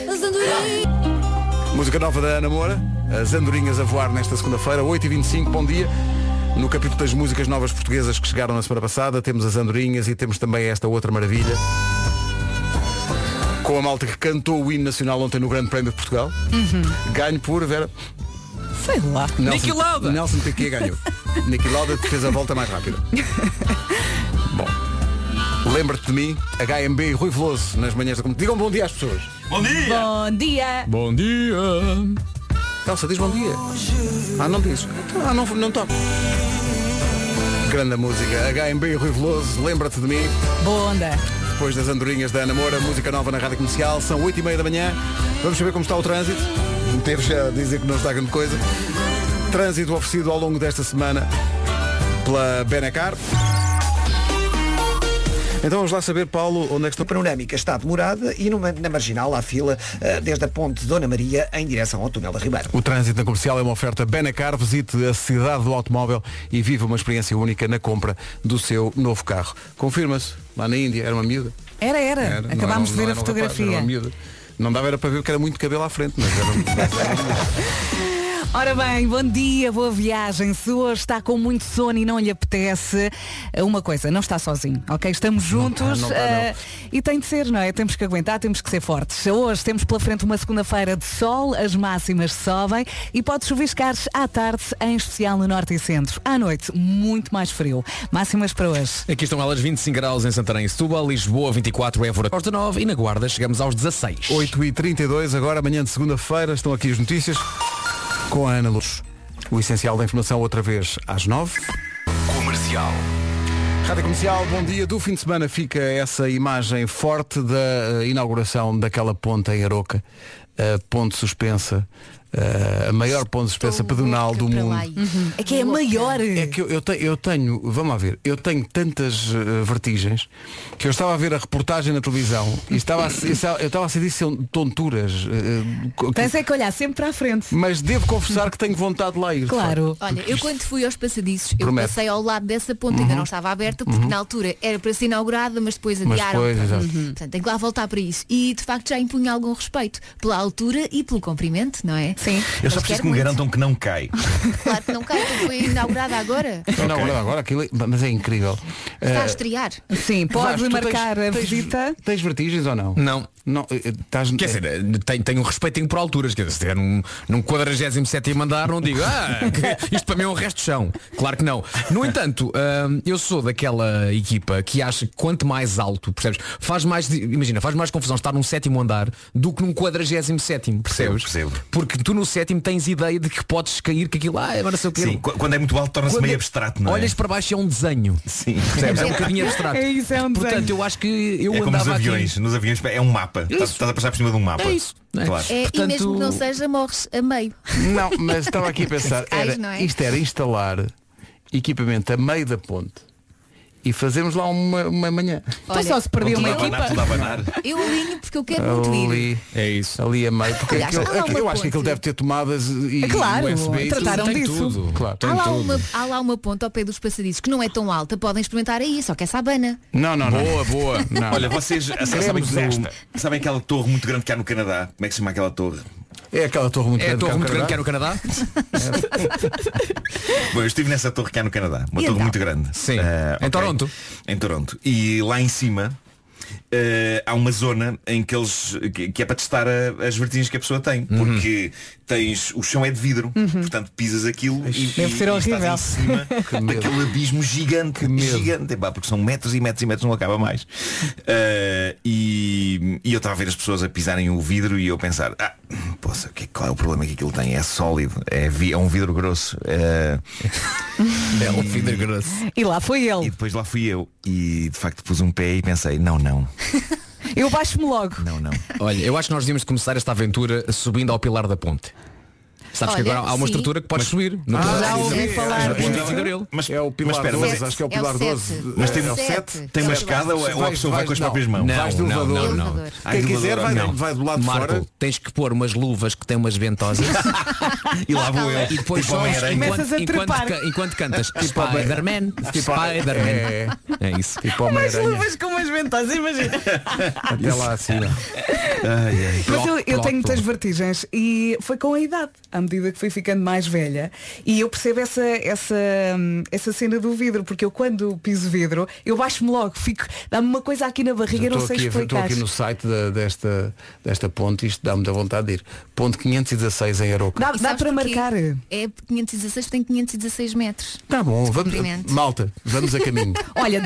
Música nova da Ana Moura. As andorinhas a voar nesta segunda-feira, 8h25. Bom dia. No capítulo das músicas novas portuguesas que chegaram na semana passada, temos as andorinhas e temos também esta outra maravilha. Com a malta que cantou o hino nacional ontem no Grande Prémio de Portugal. Ganho por, Vera. Sei lá. Niki Lauda. Nelson Piquet ganhou. Niki Lauda fez a volta mais rápida. Bom, lembra-te de mim, HMB e Rui Veloso nas manhãs da comunidade. Digam bom dia às pessoas. Bom dia. Bom dia. Elsa, diz bom dia. Não diz. Não toca. Grande música. HMB e Rui Veloso, lembra-te de mim. Boa onda. Depois das andorinhas da Ana Moura, música nova na Rádio Comercial. São 8h30 da manhã. Vamos saber como está o trânsito. Devo já dizer que não está grande coisa. Trânsito oferecido ao longo desta semana pela Benacar. Então vamos lá saber, Paulo, onde é que está. A panorâmica está demorada e na marginal há fila desde a ponte Dona Maria em direção ao túnel da Ribeira. O trânsito na comercial é uma oferta Benacar. Visite a cidade do automóvel e viva uma experiência única na compra do seu novo carro. Confirma-se, lá na Índia, era uma miúda. Era. Acabámos de ver a fotografia. Era uma miúda. Não dava era para ver porque era muito cabelo à frente, mas era... Ora bem, bom dia, boa viagem. Se hoje está com muito sono e não lhe apetece, uma coisa, não está sozinho, ok? Estamos juntos não. E tem de ser, não é? Temos que aguentar, temos que ser fortes. Hoje temos pela frente uma segunda-feira de sol, as máximas sobem e pode chuviscar à tarde, em especial no norte e centro. À noite, muito mais frio. Máximas para hoje. Aqui estão elas, 25 graus em Santarém e Setúbal, Lisboa 24, Évora 19 e na Guarda chegamos aos 16. 8h32, agora amanhã de segunda-feira, estão aqui as notícias. Com a Ana Luz. O essencial da informação outra vez às 9. Comercial. Rádio Comercial, bom dia. Do fim de semana fica essa imagem forte da inauguração daquela ponte em Aroca. A ponte suspensa. A maior ponte suspensa pedonal do mundo. É que é a maior. É que eu tenho, vamos lá ver, eu tenho tantas vertigens que eu estava a ver a reportagem na televisão e eu estava a sentir tonturas. Tens é que olhar sempre para a frente. Mas devo confessar que tenho vontade de lá ir. Claro. Olha, eu quando fui aos passadiços, eu Promete. passei ao lado dessa ponte, ainda não estava aberta, porque na altura era para ser inaugurada, mas depois adiaram. Portanto, tenho que lá voltar para isso. E de facto já impunha algum respeito pela altura e pelo comprimento, não é? Sim. Eu só preciso que me garantam que não cai. Claro que não cai, porque foi inaugurada agora. Inaugurada agora, mas é incrível. Está a estrear. Sim, pode marcar a visita. Tens vertigens ou não? Não. Não, quer dizer, tenho um respeitinho por alturas. Quer dizer, se estiver num 47º andar, não digo, isto para mim é um resto de chão. Claro que não. No entanto, eu sou daquela equipa que acha que quanto mais alto, percebes, faz mais confusão estar num 7º andar do que num 47º, percebes? Percebo. Porque tu no 7º tens ideia de que podes cair, que aquilo, agora sei o que. Sim, quando é muito alto torna-se meio abstrato, não é? Olhas para baixo e é um desenho. Sim. Percebes? É um bocadinho abstrato. É isso, é um desenho. Portanto, eu acho que eu é como andava nos aviões. aqui. Nos aviões é um mapa. Estás a passar por cima de um mapa. É isso. Claro. E mesmo que não seja, morres a meio. Não, mas estava aqui a pensar, isto era instalar equipamento a meio da ponte e fazermos lá uma manhã. Então só se perdia uma equipa. Eu alinho porque eu quero muito ir. É isso. Ali a meio, porque eu acho que aquilo deve ter tomadas e USB. Trataram disso. Tudo. Claro. Há lá uma ponta ao pé dos passadiços que não é tão alta, podem experimentar aí, só que é sabana. Não. Boa. Não. Olha, vocês sabem aquela torre muito grande que há no Canadá? Como é que se chama aquela torre? É aquela torre muito grande que há no Canadá? Bom, eu estive nessa torre que há no Canadá. Uma torre muito grande. Sim. Em Toronto. Em Toronto. E lá em cima há uma zona em que é para testar as vertigens que a pessoa tem. Porque o chão é de vidro. Portanto pisas aquilo deve ser horrível. Estás em cima daquele abismo gigante. Gigante. Porque são metros e metros e metros, não acaba mais. E eu estava a ver as pessoas a pisarem o vidro e eu a pensar, poxa, qual é o problema que aquilo tem? É sólido, é um vidro grosso. É um vidro grosso. E lá foi ele. E depois lá fui eu. E de facto pus um pé e pensei, não. Eu baixo-me logo. Não. Olha, eu acho que nós devíamos começar esta aventura subindo ao pilar da ponte. Sabes que agora há uma estrutura que podes subir. Já ouvi falar. Mas é o pilar 12, acho que é o pilar 12. Mas tem 7. Tem uma escada ou a pessoa vai com as próprias mãos? Vais do elevador. Quem quiser vai do lado de Marco, fora. tens que pôr umas luvas que têm umas ventosas. E lá vou eu. E depois tipo enquanto cantas Spider-Man. É isso. Umas luvas com umas ventosas, imagina. Até lá assim. Mas eu tenho muitas vertigens e foi com a idade, à medida que fui ficando mais velha, e eu percebo essa cena do vidro, porque eu quando piso vidro eu baixo-me logo, dá-me uma coisa aqui na barriga, não sei explicar. Estou aqui no site desta ponte, isto dá-me da vontade de ir. Ponte 516 em Aroca. Dá para marcar. É 516, tem 516 metros. Tá bom, malta, vamos a caminho. Olha,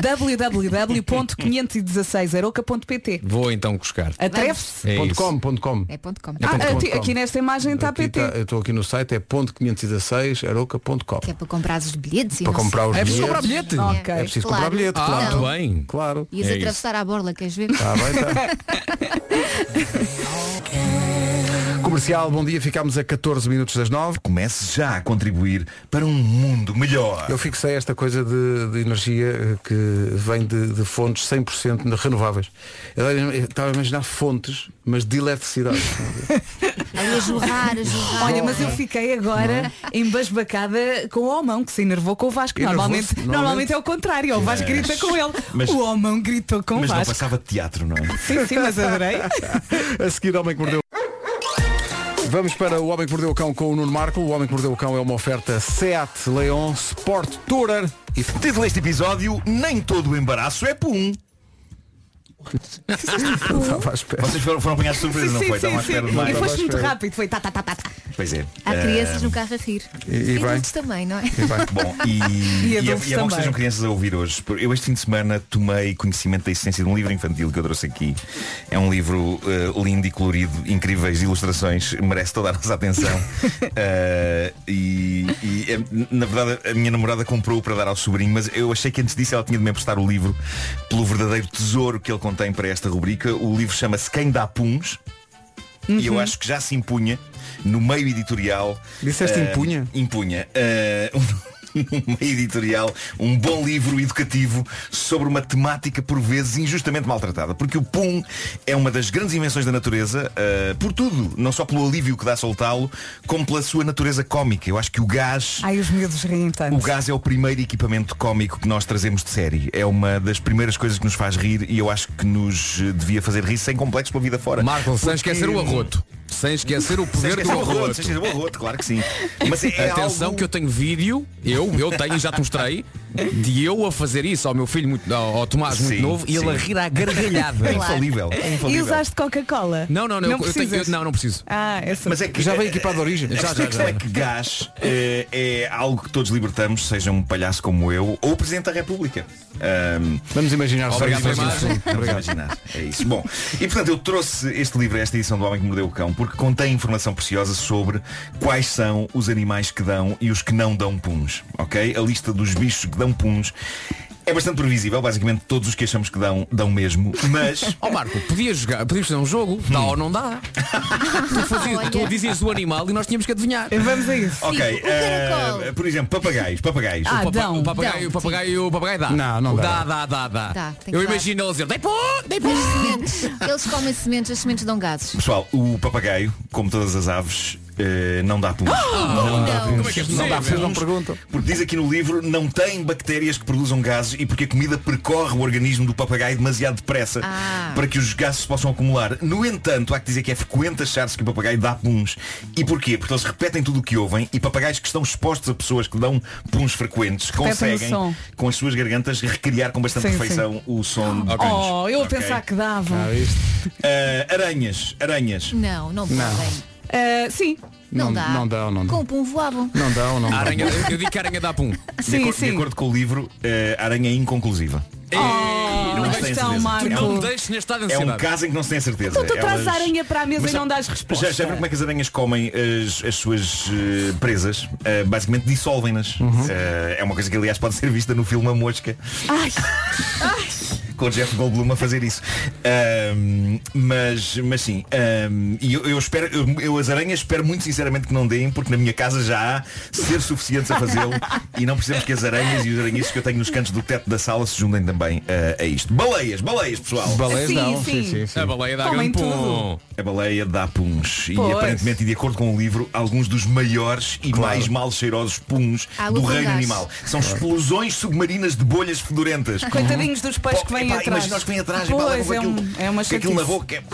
www.516aroca.pt. Vou então buscar. Atreve-se? .com. É .com. Aqui nesta imagem está PT. Eu estou aqui no site, é .516aroca.com. Que é para comprar os bilhetes e para comprar os bilhetes. bilhetes. É preciso É comprar bilhete? Okay. preciso comprar bilhete, claro. Muito bem. Claro. Ias atravessar a borla, queres ver? Tá bem, tá. Comercial, bom dia, ficámos a 14 minutos das 9. Comece já a contribuir para um mundo melhor. Eu fixei esta coisa de energia que vem de fontes 100% renováveis. Eu estava a imaginar fontes, mas de eletricidade. A jorrar. Olha, mas eu fiquei agora embasbacada com o Homão, que se enervou com o Vasco. Normalmente é o contrário, o Vasco grita com ele. O Homão gritou com o Vasco. Mas não passava de teatro, não é? Sim, mas adorei. A seguir, Homem que Mordeu. Vamos para O Homem que Mordeu o Cão com o Nuno Marco. O Homem que Mordeu o Cão é uma oferta Seat Leon Sport Tourer. E título deste episódio, nem todo o embaraço é pum. Vocês foram apanhados de surpresa, não foi? Estavam à espera de mais. E foste muito rápido, foi tá. Pois é. Há crianças no carro a rir. E adultos também, não é? Bom, e é bom que sejam crianças a ouvir hoje. Eu este fim de semana tomei conhecimento da essência de um livro infantil que eu trouxe aqui. É um livro lindo e colorido, incríveis ilustrações, merece toda a nossa atenção. Na verdade a minha namorada comprou para dar ao sobrinho, mas eu achei que antes disso ela tinha de me emprestar o livro pelo verdadeiro tesouro que ele contém para esta rubrica. O livro chama-se Quem Dá Puns. E eu acho que já se impunha no meio editorial. Disseste impunha? Impunha. Um meio editorial, um bom livro educativo sobre uma temática por vezes injustamente maltratada, porque o pum é uma das grandes invenções da natureza, por tudo, não só pelo alívio que dá a soltá-lo, como pela sua natureza cómica. Eu acho que o gás... Ai, os miúdos riem tanto. O gás é o primeiro equipamento cómico que nós trazemos de série. É uma das primeiras coisas que nos faz rir e eu acho que nos devia fazer rir sem complexos pela vida fora. Marco, sem esquecer o arroto. Sem esquecer o poder do arroto. Sem esquecer o arroto, claro que sim. Mas atenção que eu tenho vídeo, eu tenho e já te mostrei, de eu a fazer isso ao meu filho, ao Tomás muito novo, e ele a rir à gargalhada. É infalível. E usaste Coca-Cola? Não, não preciso. Mas é que já veio equipado de origem. A questão é que gás é algo que todos libertamos, seja um palhaço como eu ou o Presidente da República. Vamos imaginar. Obrigado, vamos imaginar. É isso. Bom, e portanto eu trouxe este livro, esta edição do Homem que Mordeu o Cão, porque contém informação preciosa sobre quais são os animais que dão e os que não dão puns, ok? A lista dos bichos que dão puns é bastante previsível, basicamente todos os que achamos que dão mesmo, mas... Marco, podíamos fazer um jogo, dá ou não dá? Tu dizias o animal e nós tínhamos que adivinhar. Vamos a isso. Ok, por exemplo, papagaios. O papagaio dá. Não dá. Dá. Eu imagino ele dizer, dei pum. Eles comem sementes, as sementes dão gases. Pessoal, o papagaio, como todas as aves, não dá puns. Não dá puns, não perguntam. Porque diz aqui no livro, não tem bactérias que produzam gases e porque a comida percorre o organismo do papagaio demasiado depressa para que os gases se possam acumular. No entanto, há que dizer que é frequente achar-se que o papagaio dá puns. E porquê? Porque eles repetem tudo o que ouvem e papagaios que estão expostos a pessoas que dão puns frequentes conseguem, com as suas gargantas, recriar com bastante perfeição o som dos puns. Eu a pensar que dava. Aranhas. Não podem. Sim. Não dá. Com o pum voavam. Não dá. Eu digo que a aranha dá pum. De acordo com o livro, a aranha é inconclusiva. Não tem certeza. Não me deixes neste estado de ansiedade. É um caso em que não se tem certeza. Então tu trazes a aranha para a mesa e não dás resposta. Já viram como é que as aranhas comem as suas presas? Basicamente dissolvem-nas. É uma coisa que aliás pode ser vista no filme A Mosca. Ai. Com o Jeff Goldblum a fazer isso. Mas sim. E eu as aranhas espero muito sinceramente que não deem, porque na minha casa já há seres suficientes a fazê-lo e não precisamos que as aranhas e os aranhiços que eu tenho nos cantos do teto da sala se juntem também a isto. Baleias, pessoal. Baleias dão. Sim. A baleia dá grande pum. A baleia dá puns. E aparentemente, e de acordo com o livro, alguns dos maiores e mais mal cheirosos puns do reino animal. São explosões submarinas de bolhas fedorentas. Coitadinhos dos peixes que vêm atrás. Imagina os que vêm atrás é uma chatice. aquilo na boca.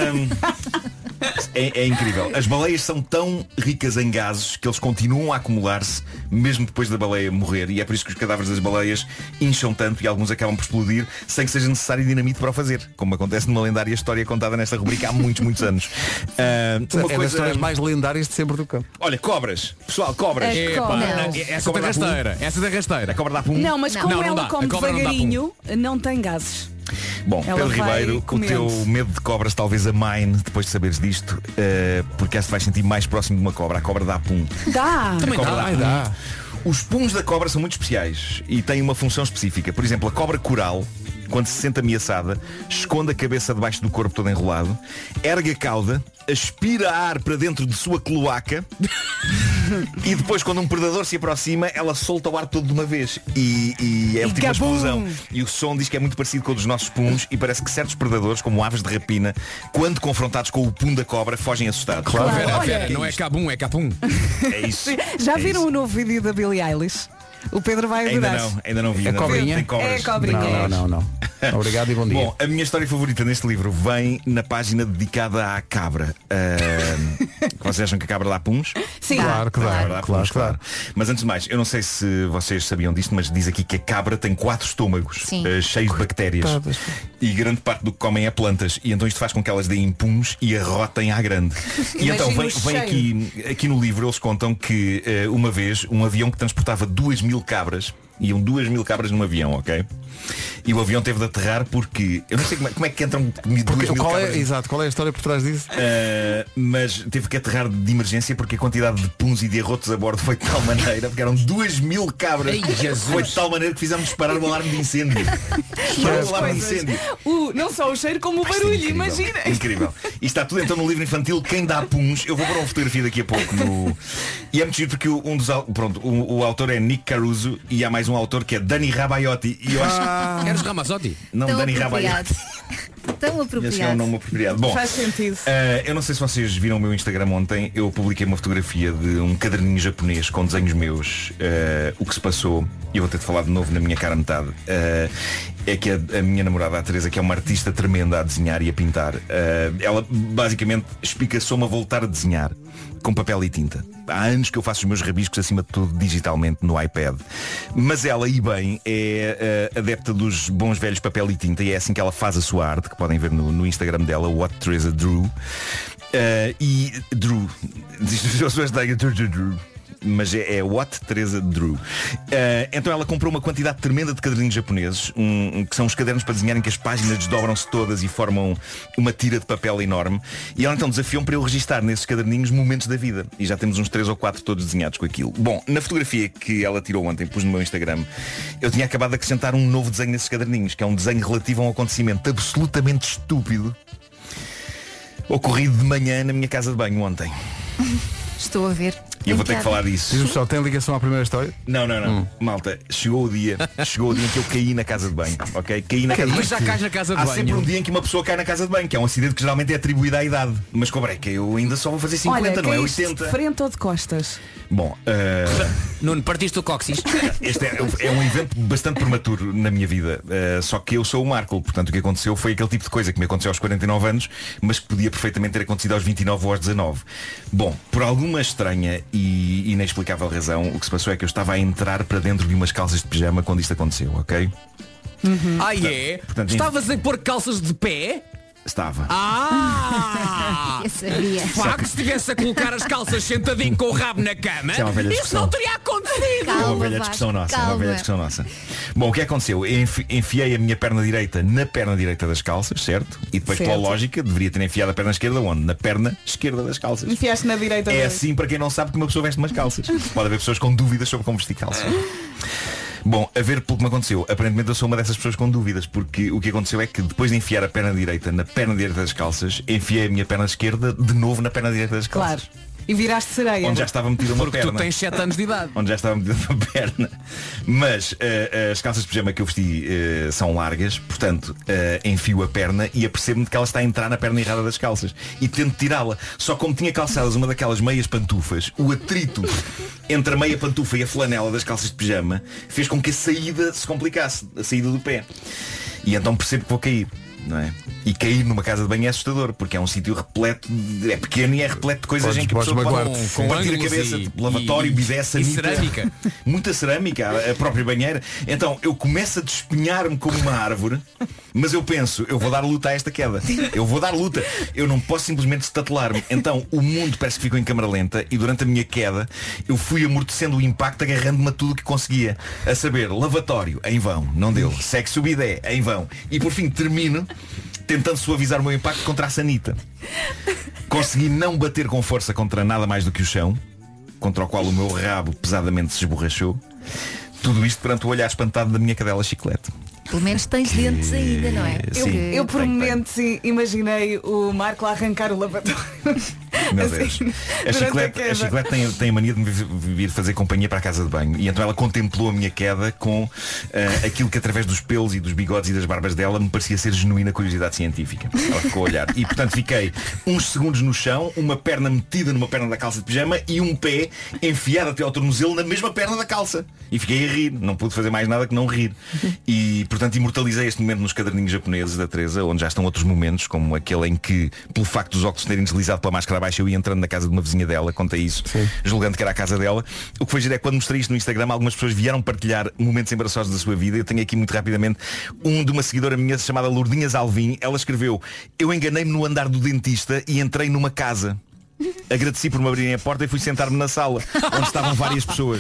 É incrível. As baleias são tão ricas em gases que eles continuam a acumular-se mesmo depois da baleia morrer. E é por isso que os cadáveres das baleias incham tanto e alguns acabam por explodir sem que seja necessário dinamite para o fazer, como acontece numa lendária história contada nesta rubrica há muitos anos. Das histórias mais lendárias de sempre do campo. Olha, cobras. Pessoal, cobras. Essa da rasteira. A cobra dá pum. Não, mas como ela come devagarinho, não tem gases. Bom, ela Pedro Ribeiro, o teu medo de cobras talvez amaine depois de saberes disto, porque essa te vais sentir mais próximo de uma cobra. A cobra dá pum. Também dá. Os puns da cobra são muito especiais e têm uma função específica. Por exemplo, a cobra coral quando se sente ameaçada, esconde a cabeça debaixo do corpo todo enrolado, ergue a cauda, aspira ar para dentro de sua cloaca e depois, quando um predador se aproxima, ela solta o ar todo de uma vez e é tipo uma explosão. E o som diz que é muito parecido com o dos nossos puns e parece que certos predadores, como aves de rapina, quando confrontados com o pum da cobra, fogem assustados. Claro. Vera, não é cabum, é capum. É isso. Já viram o novo vídeo da Billie Eilish? O Pedro vai adorar. Ainda não vi. É cobrinha? Tem cobras. É cobrinha. Não. Obrigado e bom dia. Bom, a minha história favorita neste livro vem na página dedicada à cabra. Vocês acham que a cabra dá puns? Sim. Claro que dá. Claro. Mas antes de mais, eu não sei se vocês sabiam disto, mas diz aqui que a cabra tem 4 estômagos cheios de bactérias. E grande parte do que comem é plantas. E então isto faz com que elas deem puns e arrotem à grande. E então vem aqui no livro eles contam que uma vez um avião que transportava 2.000 cabras, iam 2.000 cabras num avião, ok? E o avião teve de aterrar porque eu não sei como é que entram 2.000 cabras. Exato, qual é a história por trás disso? Mas teve que aterrar de emergência porque a quantidade de puns e de arrotos a bordo foi de tal maneira, porque eram 2.000 cabras. Foi de tal maneira que fizemos disparar o alarme de incêndio. O alarme de incêndio. Não só o cheiro como o barulho, imagina. Incrível. E está tudo então no livro infantil Quem Dá Puns. Eu vou pôr uma fotografia daqui a pouco E é muito giro porque o autor é Nick Caruso e há mais um autor que é Dani Rabaiotti. E eu acho... Eres Ramazzotti? Não, Tão Dani Rabaiotti. Tão Esse é um apropriado. nome apropriado. Bom, faz sentido. Eu não sei se vocês viram o meu Instagram ontem. Eu publiquei uma fotografia de um caderninho japonês com desenhos meus. O que se passou, e eu vou ter de falar de novo na minha cara metade, é que a minha namorada, a Teresa, que é uma artista tremenda a desenhar e a pintar, ela basicamente explica-se-me a voltar a desenhar com papel e tinta. Há anos que eu faço os meus rabiscos, acima de tudo, digitalmente no iPad. Mas ela, e bem, é adepta dos bons velhos papel e tinta, e é assim que ela faz a sua arte, que podem ver no Instagram dela, What Teresa Drew. E Drew, mas é What Teresa Drew. Então ela comprou uma quantidade tremenda de caderninhos japoneses, que são os cadernos para desenhar em que as páginas desdobram-se todas e formam uma tira de papel enorme. E ela então desafiou-me para eu registar nesses caderninhos momentos da vida. E já temos uns 3 ou 4 todos desenhados com aquilo. Bom, na fotografia que ela tirou ontem, pus no meu Instagram, eu tinha acabado de acrescentar um novo desenho nesses caderninhos, que é um desenho relativo a um acontecimento absolutamente estúpido ocorrido de manhã na minha casa de banho ontem. Estou a ver. E eu vou ter que falar disso. Diz-me só, tem ligação à primeira história? Não. Malta, chegou o dia em que eu caí na casa de banho, ok? Caí na casa de banho. Mas já cais na casa de banho. Há sempre um dia em que uma pessoa cai na casa de banho, que é um acidente que geralmente é atribuído à idade. Mas com breca, eu ainda só vou fazer 50, não é 80. De frente ou de costas? Bom, Nuno, partiste o cóccix. este é um evento bastante prematuro na minha vida. Só que eu sou o Marco, portanto o que aconteceu foi aquele tipo de coisa que me aconteceu aos 49 anos, mas que podia perfeitamente ter acontecido aos 29 ou aos 19. Bom, por alguma estranha e inexplicável razão, o que se passou é que eu estava a entrar para dentro de umas calças de pijama quando isto aconteceu, ok? Portanto, estavas a pôr calças de pé? Estava. Eu sabia. Facto, se estivesse a colocar as calças sentadinho com o rabo na cama, isso não teria acontecido. É uma velha discussão nossa. Bom, o que aconteceu? Eu enfiei a minha perna direita na perna direita das calças, certo? E depois, pela lógica, deveria ter enfiado a perna esquerda onde? Na perna esquerda das calças. Enfiaste na direita. É assim para quem não sabe que uma pessoa veste umas calças. Pode haver pessoas com dúvidas sobre como vestir calças. Bom, a ver pelo que me aconteceu, aparentemente eu sou uma dessas pessoas com dúvidas, porque o que aconteceu é que depois de enfiar a perna direita na perna direita das calças, enfiei a minha perna esquerda de novo na perna direita das calças. Claro. E viraste sereia. Onde já estava metida uma Porque perna. tu tens 7 anos de idade. Onde já estava metida uma perna. Mas as calças de pijama que eu vesti são largas, portanto enfio a perna e apercebo-me de que ela está a entrar na perna errada das calças. E tento tirá-la. Só como tinha calçadas uma daquelas meias pantufas, o atrito entre a meia pantufa e a flanela das calças de pijama fez com que a saída se complicasse, a saída do pé. E então percebo que vou cair. Não é? E cair numa casa de banho é assustador, porque é um sítio repleto é pequeno e é repleto de coisas em que a pessoa pode partir a cabeça, tipo lavatório, bidé, sanita, cerâmica. muita cerâmica, a própria banheira. Então eu começo a despenhar-me como uma árvore, mas eu penso, eu vou dar luta a esta queda. Eu vou dar luta. Eu não posso simplesmente estatelar-me. Então o mundo parece que ficou em câmara lenta e durante a minha queda eu fui amortecendo o impacto, agarrando-me a tudo o que conseguia. A saber, lavatório, em vão, não deu. Sexo bidé, em vão. E por fim termino tentando suavizar o meu impacto contra a sanita. Consegui não bater com força contra nada mais do que o chão, contra o qual o meu rabo pesadamente se esborrachou. Tudo isto perante o olhar espantado da minha cadela Chiclete. Pelo menos tens dentes ainda, não é? Eu por momentos imaginei o Marco a arrancar o lavatório. Meu Deus. A Chiclete tem a mania de me vir fazer companhia para a casa de banho. E então ela contemplou a minha queda com aquilo que através dos pelos e dos bigodes e das barbas dela me parecia ser genuína curiosidade científica. Ela ficou a olhar. E portanto fiquei uns segundos no chão, uma perna metida numa perna da calça de pijama e um pé enfiado até ao tornozelo na mesma perna da calça. E fiquei a rir. Não pude fazer mais nada que não rir. E portanto imortalizei este momento nos caderninhos japoneses da Teresa, onde já estão outros momentos, como aquele em que, pelo facto dos óculos terem deslizado pela máscara abaixo, eu ia entrando na casa de uma vizinha dela, conta isso, julgando que era a casa dela. O que foi giro é que quando mostrei isto no Instagram, algumas pessoas vieram partilhar momentos embaraçosos da sua vida. Eu tenho aqui muito rapidamente de uma seguidora minha chamada Lourdinhas Alvim. Ela escreveu: eu enganei-me no andar do dentista e entrei numa casa. Agradeci por me abrirem a porta e fui sentar-me na sala, onde estavam várias pessoas.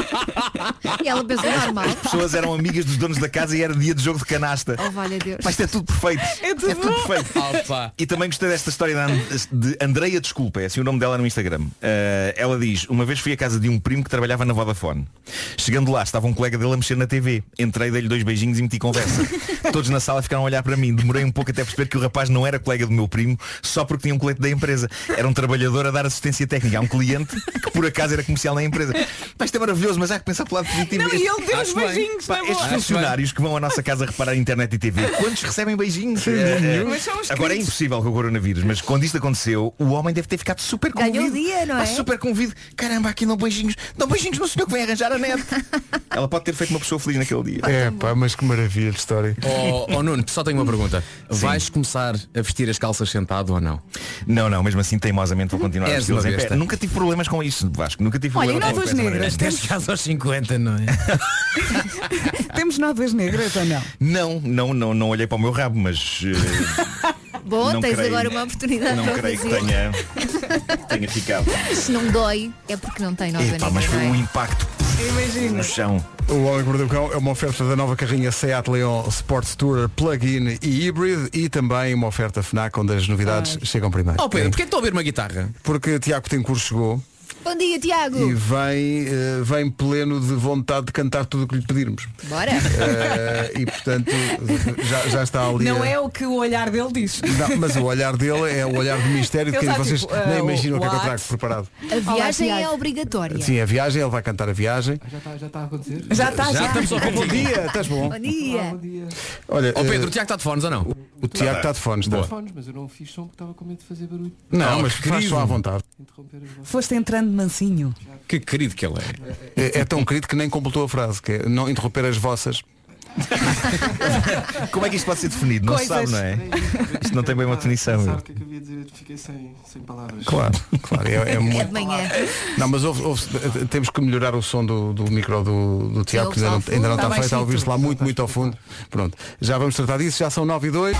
E ela pensou normal. As pessoas eram amigas dos donos da casa e era dia de jogo de canasta. Oh, valha Deus. Mas isto é tudo perfeito. É tudo perfeito. Opa. E também gostei desta história de Andreia Desculpa, é assim o nome dela no Instagram. Ela diz: uma vez fui à casa de um primo que trabalhava na Vodafone. Chegando lá, estava um colega dele a mexer na TV. Entrei, dei-lhe 2 beijinhos e meti conversa. Todos na sala ficaram a olhar para mim. Demorei um pouco até perceber que o rapaz não era colega do meu primo, só porque tinha um colete da empresa. Era um trabalhador a dar assistência técnica a um cliente que por acaso era comercial na empresa. Isto é maravilhoso, mas há que pensar pelo lado positivo. Não, e ele deu os beijinhos. Estes funcionários que vão à nossa casa reparar internet e TV, quantos recebem beijinhos? Agora é impossível com o coronavírus, mas quando isto aconteceu, o homem deve ter ficado super convido. Ganhou o dia, não é? Super convido. Caramba, aqui dão beijinhos no senhor que vem arranjar a net. Ela pode ter feito uma pessoa feliz naquele dia. Mas que maravilha de história. Nuno, só tenho uma pergunta. Sim. Vais começar a vestir as calças sentado ou não? Não, mesmo assim teimosamente vou continuar a vesti-las em pé. Nunca tive problemas com isso, Vasco. Nunca tive problemas com novas negras. Desde casa aos 50, não é? Temos novas negras ou não? Não olhei para o meu rabo, mas bom, não tens creio, agora uma oportunidade não para creio fazer. que tenha ficado. Se não dói, é porque não tem nova negra. Mas foi não é? um impacto no chão. O Homem que Mordeu o Cão é uma oferta da nova carrinha Seat Leon Sports Tourer Plug-in e Hybrid e também uma oferta FNAC onde as novidades chegam primeiro. Oh Pedro, porquê que estou a ouvir uma guitarra? Porque Tiago Tencourt chegou. Bom dia, Tiago. E vem pleno de vontade de cantar tudo o que lhe pedirmos. Bora. E portanto já está ali. Não é o que o olhar dele diz. Não, mas o olhar dele é o olhar de mistério de quem vocês nem imaginam o que é que eu trago preparado. A viagem é obrigatória. Sim, a viagem, ele vai cantar a viagem. Já está a acontecer? Já estamos ao Bom dia, estás bom? Bom dia. Bom dia. Olha, Pedro, o Tiago está de fones ou não? O Tiago está de fones. Está de fones, mas eu não fiz som porque estava com medo de fazer barulho. Não, mas faz só à vontade. Foste entrando mansinho. Que querido que ele é. É tão querido que nem completou a frase, que é não interromper as vossas. Como é que isto pode ser definido? Não se sabe, não é? Isto não tem bem uma definição. Sabe o que é que eu ia dizer? Eu fiquei sem palavras. Claro, é muito. É de manhã. Não, mas temos que melhorar o som do micro do Tiago, que ainda não está feito, está a ouvir-se lá muito ao fundo. Pronto, já vamos tratar disso, já são 9h02.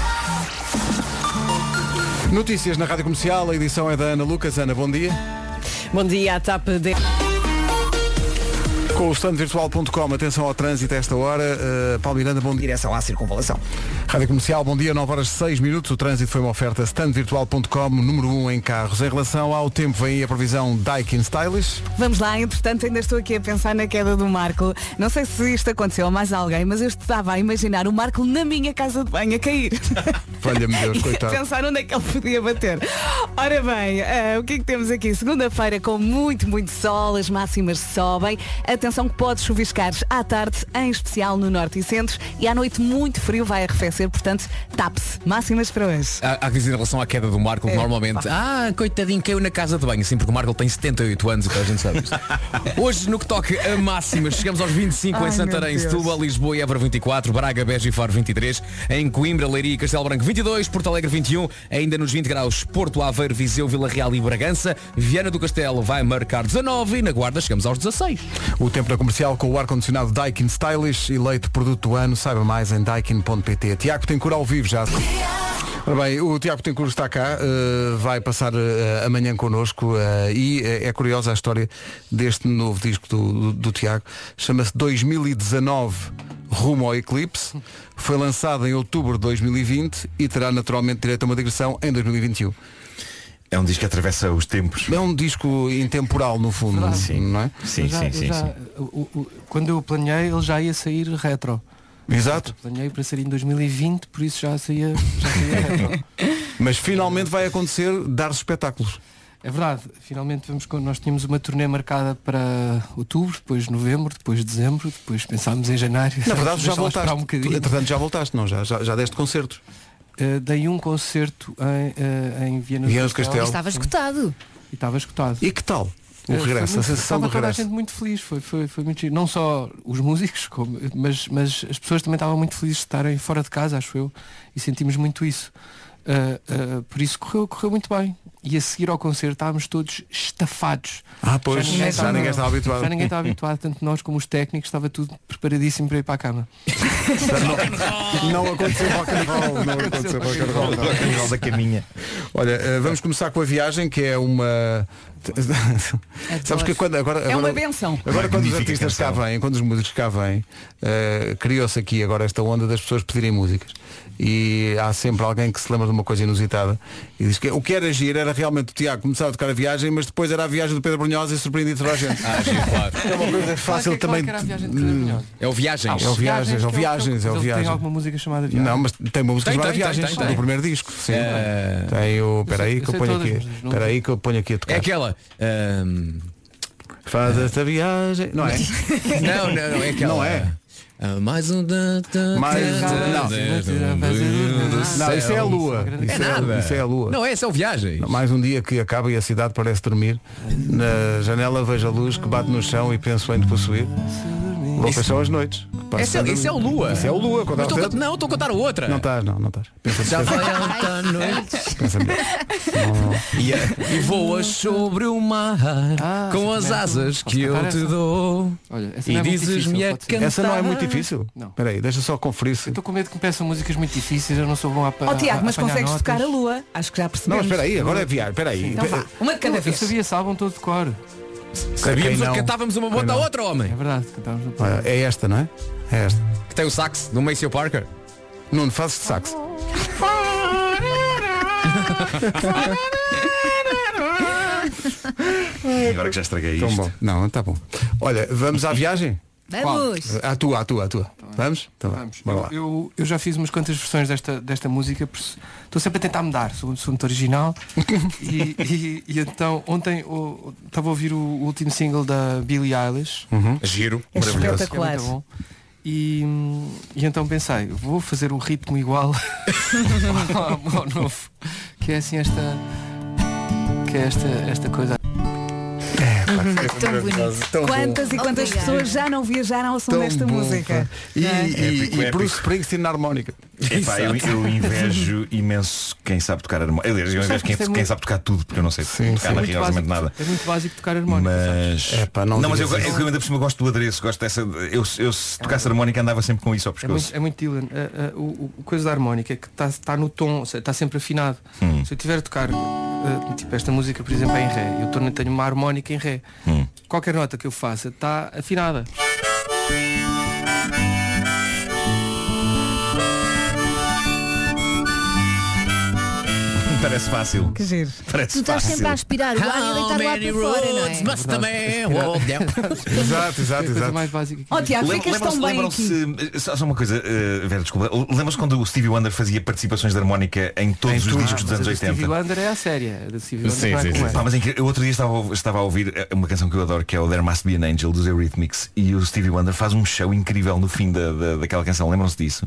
Notícias na Rádio Comercial, a edição é da Ana Lucas. Ana, bom dia. Bom dia, a TAP de... Com o standvirtual.com, atenção ao trânsito a esta hora. Paulo Miranda, bom dia. Direção à circunvalação. Rádio Comercial, bom dia, 9h06. O trânsito foi uma oferta standvirtual.com, número 1 em carros. Em relação ao tempo, vem aí a previsão Daikin Stylish. Vamos lá, entretanto ainda estou aqui a pensar na queda do Marco. Não sei se isto aconteceu a mais alguém, mas eu estava a imaginar o Marco na minha casa de banho a cair. Valha-me Deus, coitado. Pensar onde é que ele podia bater. Ora bem, o que é que temos aqui? Segunda-feira com muito sol, as máximas sobem. Atenção que pode chuviscar à tarde, em especial no norte e centro, e à noite muito frio, vai arrefecer, portanto, tape-se. Máximas para hoje. Há que dizer em relação à queda do Marco, normalmente, coitadinho, caiu na casa de banho, assim, porque o Marco tem 78 anos e toda a gente sabe isto. Hoje, no que toca a máximas, chegamos aos 25 em Santarém, Setúbal, Lisboa e Évora 24, Braga, Beja e Faro 23, em Coimbra, Leiria e Castelo Branco 22, Porto Alegre 21, ainda nos 20 graus, Porto, Aveiro, Viseu, Vila Real e Bragança, Viana do Castelo vai marcar 19 e na Guarda chegamos aos 16. O tempo na Comercial com o ar-condicionado Daikin Stylish, eleito produto do ano. Saiba mais em daikin.pt. Tiago Tencourt ao vivo já. Ora bem, o Tiago Tencourt está cá, vai passar amanhã connosco e é curiosa a história deste novo disco do Tiago. Chama-se 2019 Rumo ao Eclipse. Foi lançado em outubro de 2020 e terá naturalmente direito a uma digressão em 2021. É um disco que atravessa os tempos. É um disco intemporal, no fundo, sim. Não é? Sim. Quando eu planeei, ele já ia sair retro. Exato. Planeei para ser em 2020, por isso já saía Mas finalmente vai acontecer dar-se espetáculos. É verdade, finalmente nós tínhamos uma turnê marcada para outubro, depois novembro, depois dezembro, depois pensámos em janeiro. Na verdade já voltaste, entretanto já voltaste, não? Já deste concertos. Dei um concerto em Viana do E Castelo. estava esgotado. E estava esgotado. E que tal o regresso, a sensação do regresso? Estava toda a gente muito feliz, foi muito giro. Não só os músicos, mas as pessoas também estavam muito felizes de estarem fora de casa, acho eu, e sentimos muito isso. Por isso correu muito bem. E a seguir ao concerto estávamos todos estafados. Pois, já ninguém estava habituado. Já ninguém estava habituado, tanto nós como os técnicos, estava tudo preparadíssimo para ir para a cama. Não aconteceu rock and roll, não aconteceu rock and roll da caminha. Olha, vamos começar com a viagem, que é uma... Sabes que agora é uma benção. Agora quando os artistas cá vêm, quando os músicos cá vêm, criou-se aqui agora esta onda das pessoas pedirem músicas. E há sempre alguém que se lembra de uma coisa inusitada e diz que o que era giro era realmente o Tiago começar a tocar a viagem, mas depois era a viagem do Pedro Brunhosa e surpreendia toda a gente. Giro, claro. É uma coisa fácil também. É o Viagens. É o Viagens. Tem alguma música chamada Viagens? Não, mas tem uma música chamada Viagens do primeiro disco. Sim. Tem o. Espera aí que eu ponho aqui. Espera aí que eu ponho aqui a tocar. É aquela. Faz esta viagem. Não é? Não, é aquela. Não é? Mais um Não, isso é a lua. Isso é a lua. Não, esse é o Viagem. Mais um dia que acaba e a cidade parece dormir. Na janela vejo a luz que bate no chão e penso em te possuir. Loucas são as noites. Isso é o Lua. Isso é o Lua. Não, estou a contar a outra. Não estás. Já vai à noite. E voas sobre o mar com as asas que eu te dou. Olha, e dizes-me a cantar. Essa não é muito difícil? Não. Espera aí, deixa só conferir se... Estou com medo que me peçam músicas muito difíceis, eu não sou bom a Tiago, mas consegues notas. tocar a lua? Acho que já percebemos. Não, espera aí, agora é viar, espera aí. Então vá, uma de cada vez. Eu sabia esse álbum todo de cor. Sabíamos que cantávamos uma ponta à outra, homem. É verdade, cantávamos uma ponta. É esta, não é? É esta. Que tem o sax do Maceo Parker. Nuno, fazes de sax. Agora que já estraguei isto. Tão bom. Não, está bom. Olha, vamos à viagem? Vamos! A tua. Vamos? Então vamos. Eu já fiz umas quantas versões desta música, estou sempre a tentar mudar, sou muito original. e então ontem estava a ouvir o último single da Billie Eilish. Giro, é maravilhoso. Espetacular. É muito bom. E então pensei, vou fazer um ritmo igual ao novo, que é assim esta coisa. Tão bonito. Quantas e quantas pessoas já não viajaram ao som desta música? E Bruce Springsteen na harmónica. Eu invejo imenso quem sabe tocar harmónica. Aliás, eu invejo quem sabe tocar tudo, porque eu não sei tocar rigorosamente nada. É muito básico tocar harmónica. Mas eu ainda por cima gosto do adereço, gosto dessa. Eu se tocasse harmónica andava sempre com isso ao pescoço. É muito Dylan. O coisa da harmónica é que está no tom, está sempre afinado. Se eu tiver a tocar tipo esta música, por exemplo, é em Ré, eu tenho uma harmónica em Ré. Qualquer nota que eu faça está afinada. Parece fácil. Que giro. Parece tu estás fácil. sempre a aspirar o ar e a deitar lá para fora, não é? Exato. Coisa mais básica que Tiago, ficas tão bem aqui. Só uma coisa, Vera, desculpa. Lembras-te quando o Stevie Wonder fazia participações de harmónica em todos os discos dos anos 80? O Stevie Wonder é a série. Sim. Mas eu outro dia estava a ouvir uma canção que eu adoro, que é o There Must Be an Angel dos Eurythmics, e o Stevie Wonder faz um show incrível no fim daquela canção. Lembram-se disso?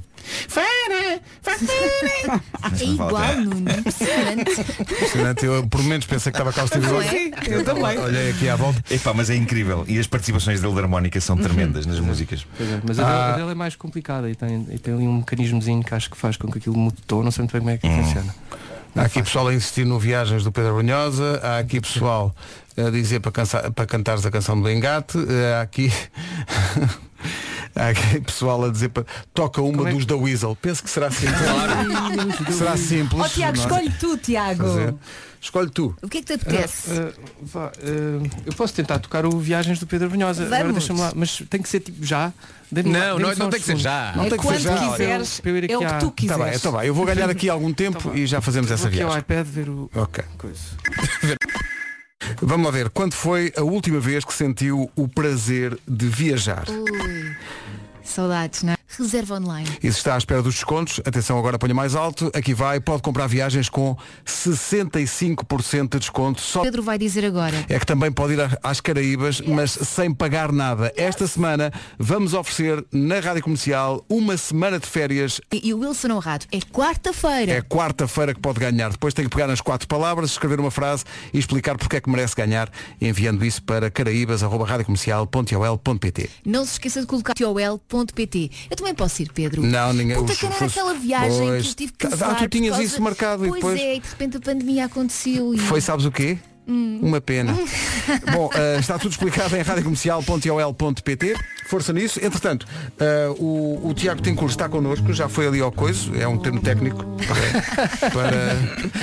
É igual, Nuno. Impressionante. Eu por menos pensei que estava cá o Stevie Wonder. Eu também. Olhei aqui à volta. Mas é incrível. E as participações dele de harmónica são tremendas nas músicas. Mas a dele é mais complicada e tem ali um mecanismozinho que acho que faz com que aquilo mude de tom. Não sei muito bem como é que funciona. Há aqui pessoal a insistir no Viagens do Pedro Brunhosa. Há aqui pessoal a dizer para cantares a canção do Engate. Há aqui pessoal a dizer toca uma dos da Weasel. Penso que será simples. Será simples. Tiago, escolhe tu, Tiago. Escolhe tu. O que é que te apetece? Eu posso tentar tocar o Viagens do Pedro Brunhosa. Agora deixa-me lá, mas tem que ser tipo já. Não tem que ser já. Não tem que ser já. Quiseres, é o que tu quiseres. Tá bem. Eu vou ganhar aqui algum tempo e já fazemos essa viagem. Vou aqui ao iPad ver o coisa. Vamos lá ver, quando foi a última vez que sentiu o prazer de viajar? Saudades, não é? reserva online. E se está à espera dos descontos, atenção, agora ponha mais alto, aqui vai, pode comprar viagens com 65% de desconto. Só Pedro vai dizer agora. é que também pode ir às Caraíbas, mas sem pagar nada. Esta semana vamos oferecer na Rádio Comercial uma semana de férias. E o Wilson Honrado, é quarta-feira. É quarta-feira que pode ganhar. Depois tem que pegar nas 4 palavras, escrever uma frase e explicar porque é que merece ganhar, enviando isso para caraíbas@radiocomercial.ol.pt. Não se esqueça de colocar ol.pt. Eu também posso ir, Pedro. Não, ninguém. Punta Cana era aquela viagem que eu tive que cancelar. Tu tinhas por causa... isso marcado pois e depois. É, e de repente a pandemia aconteceu. E... Foi, sabes o quê? Uma pena. Bom, está tudo explicado em radiocomercial.ol.pt. Força nisso. Entretanto, o Tiago Tencourt está connosco, já foi ali ao coiso, é um termo técnico para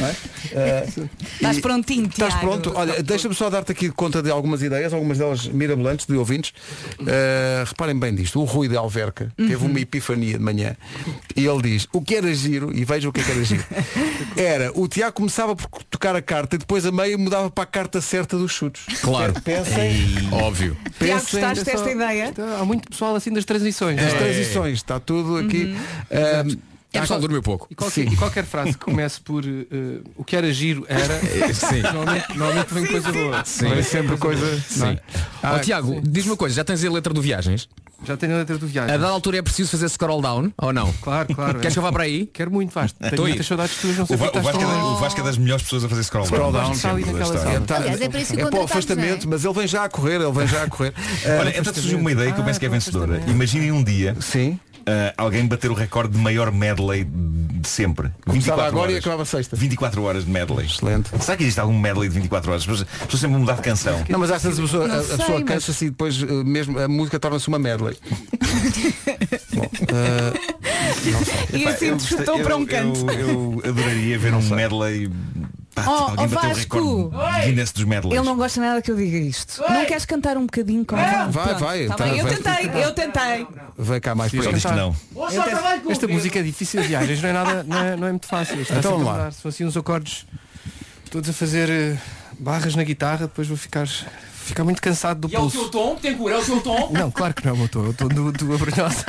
Estás prontinho, Tiago. Estás pronto? Olha, deixa-me só dar-te aqui conta de algumas ideias, algumas delas mirabolantes, de ouvintes. Reparem bem disto. O Rui de Alverca teve uma epifania de manhã e ele diz, o que era giro, e veja o que era giro, era, o Tiago começava por tocar a carta e depois a meio mudava para a carta certa dos chutes. Claro. Pensem. Óbvio. Tiago, gostaste desta ideia? Há muito pessoal assim das transições. As transições, está tudo aqui. É pessoal dormiu pouco. E qualquer frase que comece por o que era giro era, sim. Normalmente vem coisa boa. Sim. É sempre coisa. Sim. Tiago, diz-me uma coisa, já tens a letra do Viagens? Já tenho a letra do Viagens. A dada altura é preciso fazer scroll down ou não? Claro. Queres que eu vá para aí? Quero muito, Vasco. Tenho muitas saudades de tu, não sei o Vasco é das melhores pessoas a fazer scroll down. Está ali naquela sala. Aliás, é para isso que para o afastamento, mas ele vem já a correr, Olha, então surgiu uma ideia que eu penso que é vencedora. Imaginem um dia. Sim. Alguém bater o recorde de maior medley de sempre. Começava agora horas. E acabava sexta. 24 horas de medley. Excelente. Será que existe algum medley de 24 horas? As pessoas sempre mudar de canção. Não, mas às vezes a pessoa cansa-se e depois mesmo a música torna-se uma medley. Bom, não sei. E assim te chutou para um canto. Eu adoraria ver um medley. Alguém bateu o recorde Guinness dos medleys. Ele não gosta nada que eu diga isto. Não queres cantar um bocadinho com ele? Vai. Tá bem, eu tentei. Vai cá mais para isto não. Esta música é difícil de viagens, não é nada, não é muito fácil. Então vamos lá. São assim uns acordes todos a fazer barras na guitarra, depois vou ficar muito cansado do pulso. É o teu tom? Tem cura, é o teu tom? Não, claro que não é o meu tom, é o tom do Abrunhosa.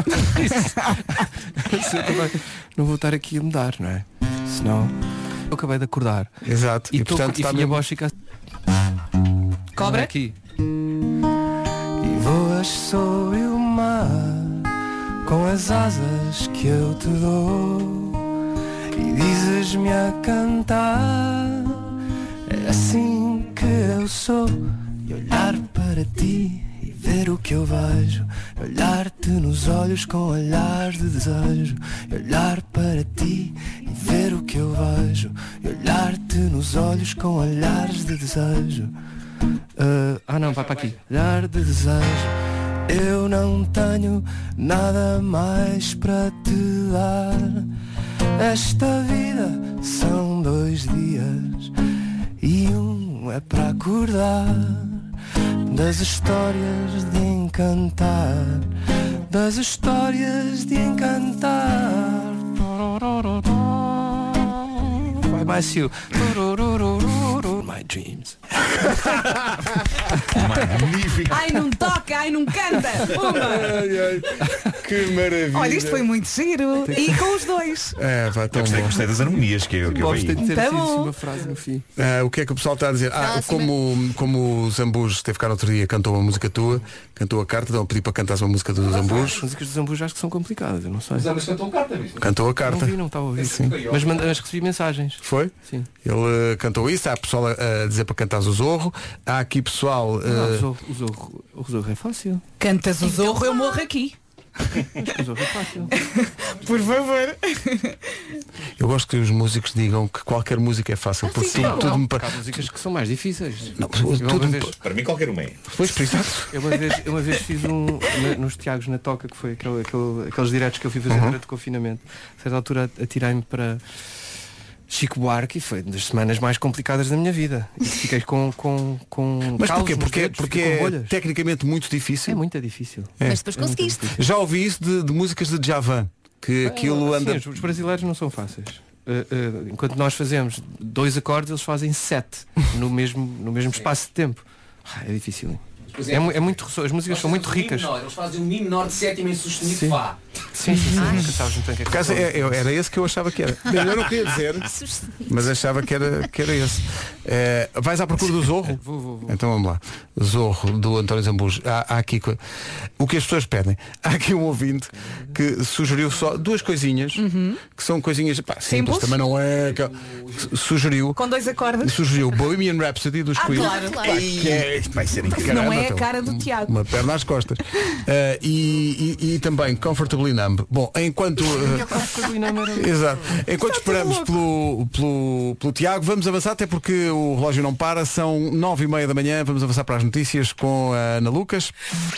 Não vou estar aqui a mudar, não é? Senão eu acabei de acordar. Exato. E portanto a minha voz fica cobra aqui. E voas sobre o mar com as asas que eu te dou e dizes-me a cantar. É assim que eu sou. E olhar para ti e ver o que eu vejo, olhar-te nos olhos com olhar de desejo, e olhar para ti e ver o que eu vejo, e olhar-te nos olhos com olhares de desejo. Não, vai para aqui. Olhar de desejo. Eu não tenho nada mais para te dar. Esta vida são 2 dias e um é para acordar. Das histórias de encantar, das histórias de encantar. Vai mais you. My dreams. Magnífico. Ai, não toca, ai, não canta. Que maravilha. Olha, isto foi muito giro. E com os dois. Vai tão bom. Gostei das harmonias que eu vi. Gostei de ter assim uma frase no fim. O que é que o pessoal está a dizer? Como o Zambus esteve cá no outro dia, cantou uma música tua, cantou a carta, então eu pedi para cantar uma música do Zambus. As músicas do Zambus acho que são complicadas, eu não sei. Mas cantou a carta, visto? Cantou a carta. Não estava a ouvir. Sim. Mas recebi mensagens. Foi? Sim. Ele cantou isso, há pessoal a dizer para cantares o Zorro. Há aqui pessoal. O Zorro é fácil. Cantas o Zorro, eu morro aqui. O Zorro é fácil. Por favor. Eu gosto que os músicos digam que qualquer música é fácil, porque tudo me parece. Há músicas que são mais difíceis. Não, para mim qualquer uma é. Pois, por isso. Eu uma vez fiz nos Tiagos na Toca, que foi aqueles diretos que eu fui fazer durante o confinamento. A certa altura atirei-me para Chico Buarque e foi uma das semanas mais complicadas da minha vida. E fiquei com mas porquê? Porque é tecnicamente muito difícil. É muito difícil. Mas depois conseguiste. Já ouvi isso de músicas de Djavan, que aquilo anda. Sim, os brasileiros não são fáceis. Enquanto nós fazemos 2 acordes, eles fazem 7 no mesmo espaço de tempo. É difícil. É muito, as músicas são muito ricas. Eles fazem um Mi menor de sétima em sustenido Fá. Sim, nunca sabes muito bem o que é que era esse que eu achava que era. Eu não queria dizer, mas achava que era esse. Vais à procura do Zorro? Vou. Então vamos lá. Zorro, do António Zambujo. Há aqui o que as pessoas pedem. Há aqui um ouvinte que sugeriu só duas coisinhas, que são coisinhas simples, também não é. Sugeriu. Com 2 acordes. Sugeriu Bohemian Rhapsody dos Queen. Claro. Que vai ser incrível. Não é a cara do Tiago. Uma perna às costas. E também Comfortably Numb. Bom, enquanto exato. Enquanto esperamos pelo Tiago, vamos avançar, até porque o relógio não para. São 9h30 da manhã. Vamos avançar para as notícias com a Ana Lucas.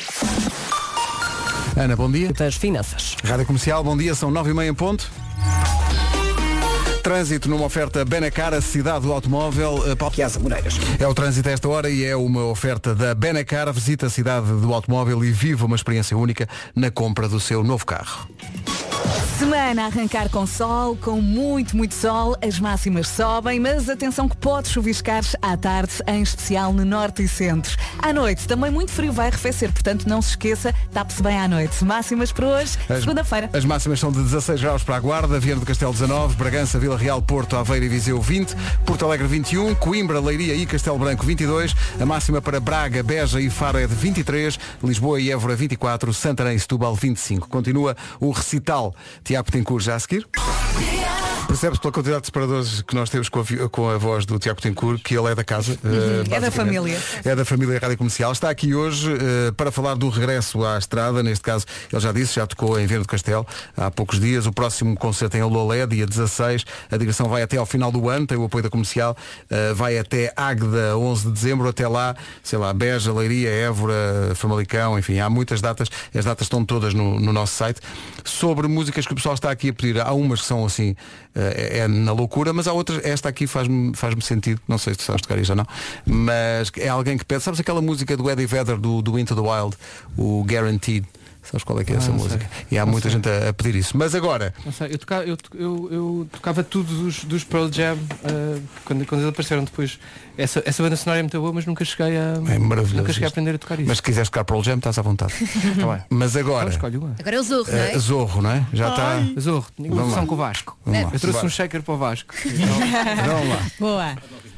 Ana, bom dia. Das finanças. Rádio Comercial, bom dia. São 9h30 em ponto. Trânsito numa oferta Benacar, a cidade do automóvel. Piazza Moreiras. É o trânsito a esta hora e é uma oferta da Benacar. Visita a cidade do automóvel e viva uma experiência única na compra do seu novo carro. Semana a arrancar com sol, com muito sol, as máximas sobem, mas atenção que pode chuviscar à tarde, em especial no norte e centro. À noite também muito frio vai arrefecer, portanto não se esqueça, tape-se bem à noite. Máximas para hoje, segunda-feira. As máximas são de 16 graus para a Guarda, Viana do Castelo 19, Bragança, Vila Real, Porto, Aveiro e Viseu 20, Porto Alegre 21, Coimbra, Leiria e Castelo Branco 22, a máxima para Braga, Beja e Faro é de 23, Lisboa e Évora 24, Santarém e Setúbal 25. Continua o recital. Tiago Betancourt já a seguir. Percebe-se pela quantidade de separadores que nós temos com a voz do Tiago Betancourt que ele é da casa. É da família. É da família Rádio Comercial. Está aqui hoje para falar do regresso à estrada. Neste caso, ele já disse, já tocou em Viana do Castelo há poucos dias. O próximo concerto em Lolé, dia 16. A digressão vai até ao final do ano, tem o apoio da Comercial. Vai até Águeda, 11 de dezembro. Até lá, sei lá, Beja, Leiria, Évora, Famalicão, enfim, há muitas datas. As datas estão todas no nosso site. Sobre músicas que o pessoal está aqui a pedir, há umas que são assim, é na loucura, mas há outras, esta aqui faz-me sentido, não sei se tu sabes tocar isto ou não, mas é alguém que pede, sabes aquela música do Eddie Vedder do Into the Wild, o Guaranteed? Sabes qual é que é essa música? Sei. E há muita gente a pedir isso. Mas agora... Não sei, eu tocava tudo dos Pearl Jam quando eles apareceram depois. Essa banda sonora é muito boa, mas nunca cheguei a aprender a tocar isso. Mas se quiseres tocar Pearl Jam, estás à vontade. Mas agora... Agora é o Zorro, não é? Zorro, não é? Já está... Zorro, tinha uma versão com o Vasco. Eu trouxe um shaker para o Vasco. Vamos lá. Boa.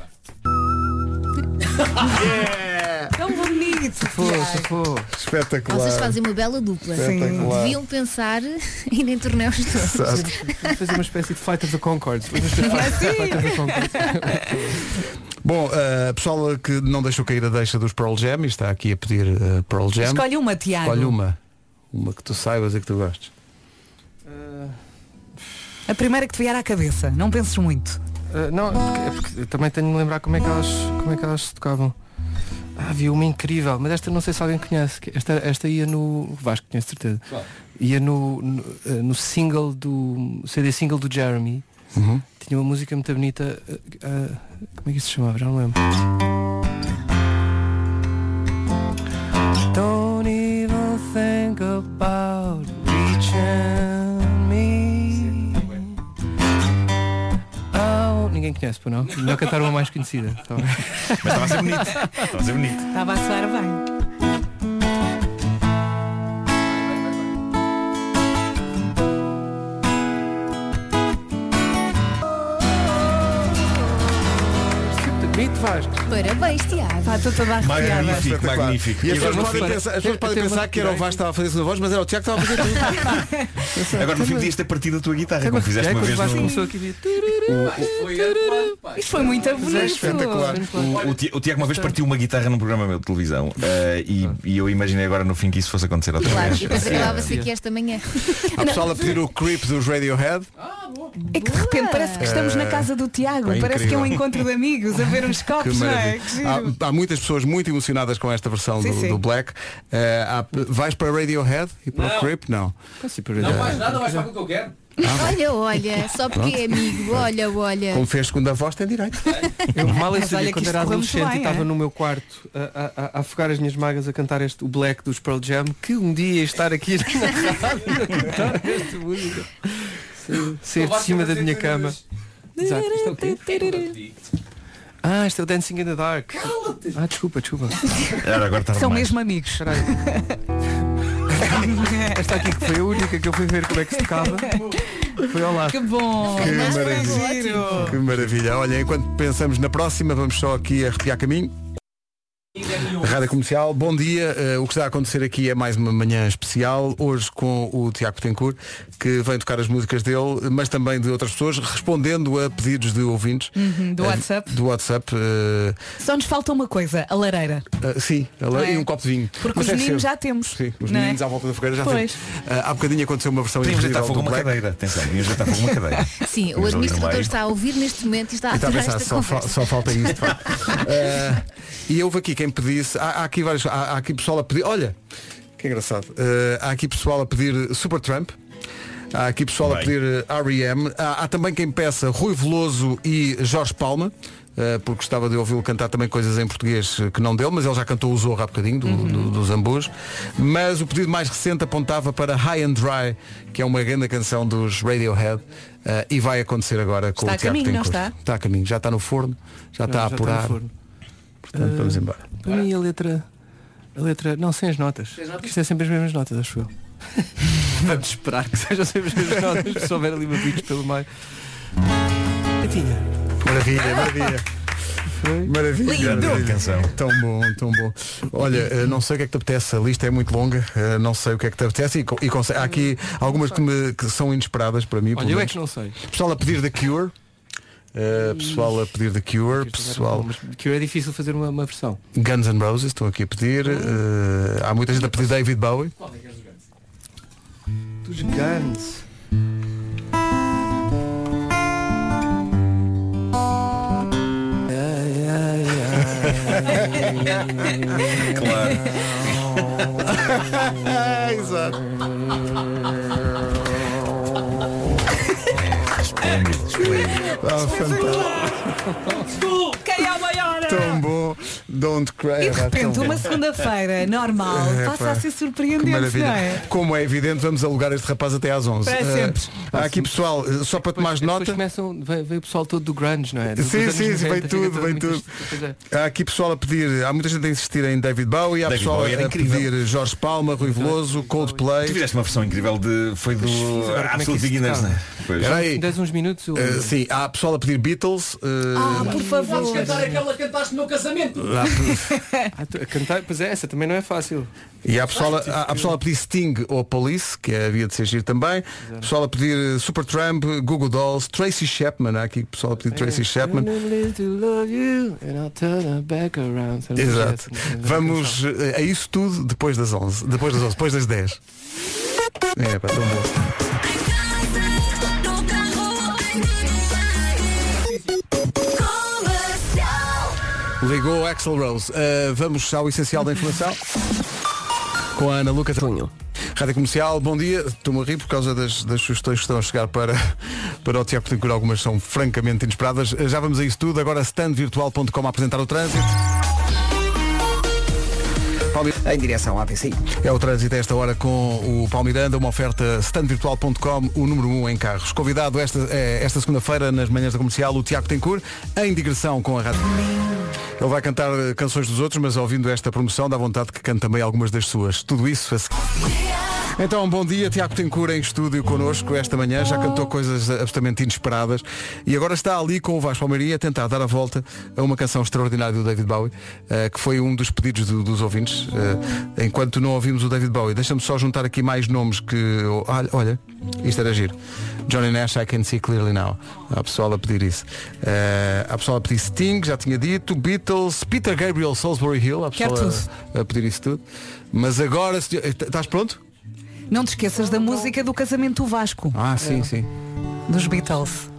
Tão bonito. Espetacular. Vocês fazem uma bela dupla. Sim. Deviam pensar em ir em torneios todos. Vamos fazer uma espécie de Flight of the Conchords. Bom, pessoal que não deixou cair a deixa dos Pearl Jam e está aqui a pedir Pearl Jam. Escolhe uma, Tiago. Escolhe uma que tu saibas e que tu gostes. A primeira que te vier à cabeça, não penses muito. Não, porque também tenho de lembrar como é que elas se tocavam. Havia uma incrível, mas esta não sei se alguém conhece. Esta ia no Vasco, conhece certeza. Claro. Ia no single do CD single do Jeremy. Tinha uma música muito bonita. Como é que isso se chamava? Já não lembro. Don't even think about reaching me. Ninguém conhece, pô, não? Melhor cantar uma mais conhecida. Mas estava a ser bonito. Estava a soar bem. Parabéns, Tiago. Está toda arrepiada. Magnífico. E as pessoas podem pensar que era o Vasco que estava a fazer isso na voz, mas era o Tiago que estava a fazer tudo. Agora no fim podias ter partido a tua guitarra, como fizeste uma vez Isto foi muito bonito. Espetacular. O Tiago uma vez partiu uma guitarra num programa meu de televisão e eu imaginei agora no fim que isso fosse acontecer outra vez. Claro, e depois acabava-se aqui esta manhã. Há pessoal a pedir o Creep dos Radiohead. É que de repente parece que estamos na casa do Tiago. Parece que é um encontro de amigos a ver uns copos, não é? Há muitas pessoas muito emocionadas com esta versão do Black. Vais para Radiohead e para o Creep? Não. Não faz nada, vais para o que eu quero. Olha, só porque é amigo, olha. Como fez segunda voz, tem direito. Eu mal sabia quando era adolescente e estava no meu quarto a afogar as minhas magas a cantar o Black dos Pearl Jam, que um dia ia estar aqui na rádio a cantar esta música. Sair de cima da minha cama. Exato. Isto é o quê? Isto é o Dancing in the Dark. Desculpa. Agora são mesmo amigos. Esta aqui que foi a única que eu fui ver como é que se tocava. Foi ao lado. Que bom. Que maravilha. Que maravilha. Olha, enquanto pensamos na próxima, vamos só aqui arrepiar caminho. Rádio Comercial, bom dia. O que está a acontecer aqui é mais uma manhã especial, hoje com o Tiago Betancourt, que vem tocar as músicas dele, mas também de outras pessoas, respondendo a pedidos de ouvintes. Do WhatsApp. Do WhatsApp. Só nos falta uma coisa, a lareira. Sim, a lareira e um copo de vinho. Porque os meninos já temos. Sim, os meninos à volta da fogueira já temos. Há bocadinho aconteceu uma versão incrível do Black. Cadeira. Atenção, já está fogo uma cadeira. Sim, o administrador está a ouvir neste momento e está a aturar esta conversa. Só falta isso. E houve aqui quem pedisse. Há aqui pessoal a pedir. Olha, que engraçado. Há aqui pessoal a pedir Supertramp. Há aqui pessoal a pedir R.E.M. Há também quem peça Rui Veloso e Jorge Palma, porque gostava de ouvi-lo cantar também coisas em português que não dele, mas ele já cantou o Zorro há bocadinho, dos Ambus. Mas o pedido mais recente apontava para High and Dry, que é uma grande canção dos Radiohead, e vai acontecer agora com o Tiago Betancourt. Está a caminho, já está no forno, já está a apurar. Portanto, vamos embora. Para mim a letra, não, sem as notas. Porque isto é sempre as mesmas notas, acho eu. Vamos esperar que sejam sempre as mesmas notas, se houver ali uma pitch pelo meio. Maravilha. Maravilha. Canção. Tão bom. Olha, não sei o que é que te apetece, a lista é muito longa, não sei o que é que te apetece e há aqui algumas que são inesperadas para mim. Olha, eu é que não sei. Pessoal a pedir The Cure. Pessoal a pedir The Cure, pessoal. Mas The Cure é difícil fazer uma versão. Guns N' Roses estão aqui a pedir. Há muita gente a pedir David Bowie. Dos Guns. Claro. Exato. Quem é o maior? Tão bom. Don't cry. E de repente, uma segunda-feira normal passa a ser surpreendente, não é? Como é evidente, vamos alugar este rapaz até às 11. Para sempre. Há aqui pessoal, só para tomar nota. Vem o pessoal todo do grunge, não é? Sim, vem tudo. Há aqui pessoal a pedir, há muita gente a insistir em David Bowie, há pessoal a pedir Jorge Palma, Rui Veloso, Coldplay. Tu fizeste uma versão incrível foi do Absolute Beginners, não é? Dás uns minutos. Sim, há pessoal a pedir Beatles. Por favor. Vamos cantar aquela que cantaste no meu casamento. A cantar, pois é, essa também não é fácil. E há pessoal a pedir Sting ou Police, que havia de ser giro também. Há pessoal a pedir Supertramp, Google Dolls, Tracy Chapman. Há aqui pessoal a pedir Tracy Chapman. Exato. Vamos a isso tudo depois das 11. Depois das 10. É, para tão bom. Ligou Axl Rose. Vamos ao essencial da informação com a Ana Lucas. Rádio Comercial, bom dia. Estou-me a rir por causa das sugestões que estão a chegar para o Tiago Betancourt. Algumas são francamente inesperadas. Já vamos a isso tudo. Agora standvirtual.com a apresentar o trânsito. Em direção à APC. É o trânsito a esta hora com o Paulo Miranda, uma oferta standvirtual.com, o número 1 em carros. Convidado esta segunda-feira nas manhãs da Comercial, o Tiago Betancourt, em digressão com a rádio. Ele vai cantar canções dos outros, mas ouvindo esta promoção dá vontade que cante também algumas das suas. Tudo isso Então, bom dia, Tiago Betancourt em estúdio connosco esta manhã, já cantou coisas absolutamente inesperadas e agora está ali com o Vasco Palmeirinho a tentar dar a volta a uma canção extraordinária do David Bowie, que foi um dos pedidos dos ouvintes. Enquanto não ouvimos o David Bowie, deixa-me só juntar aqui mais nomes que... Olha, isto era giro. Johnny Nash, I Can See Clearly Now. Há pessoal a pedir isso. Há pessoal a pedir Sting, já tinha dito, Beatles, Peter Gabriel, Salisbury Hill. Há pessoal a pedir isso tudo. Mas agora, estás pronto? Não te esqueças da música do casamento do Vasco. Sim. Dos Beatles.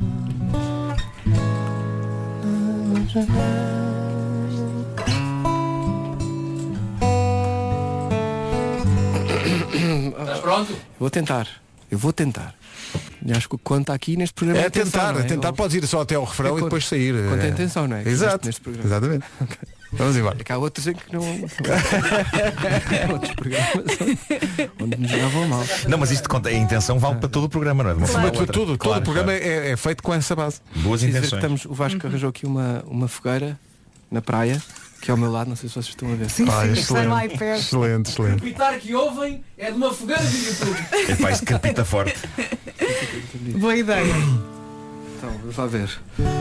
Estás pronto? Eu vou tentar. E acho que o que conta aqui neste programa é tentar, podes ir só até ao refrão e depois sair. Conta a intenção, não é? Exato. Neste programa. Exatamente. Okay. Vamos embora. É que há outros em que não. Outros programas onde nos jogavam mal. Não, mas isto conta, a intenção vale para todo o programa, não é? Todo o programa é feito com essa base. Boas intenções. O Vasco arranjou aqui uma fogueira na praia. aqui ao meu lado, não sei se vocês estão a ver. Sim, excelente. O crepitar que ouvem é de uma fogueira de YouTube. É pá, isso crepita forte. Boa ideia. Então, vamos lá ver.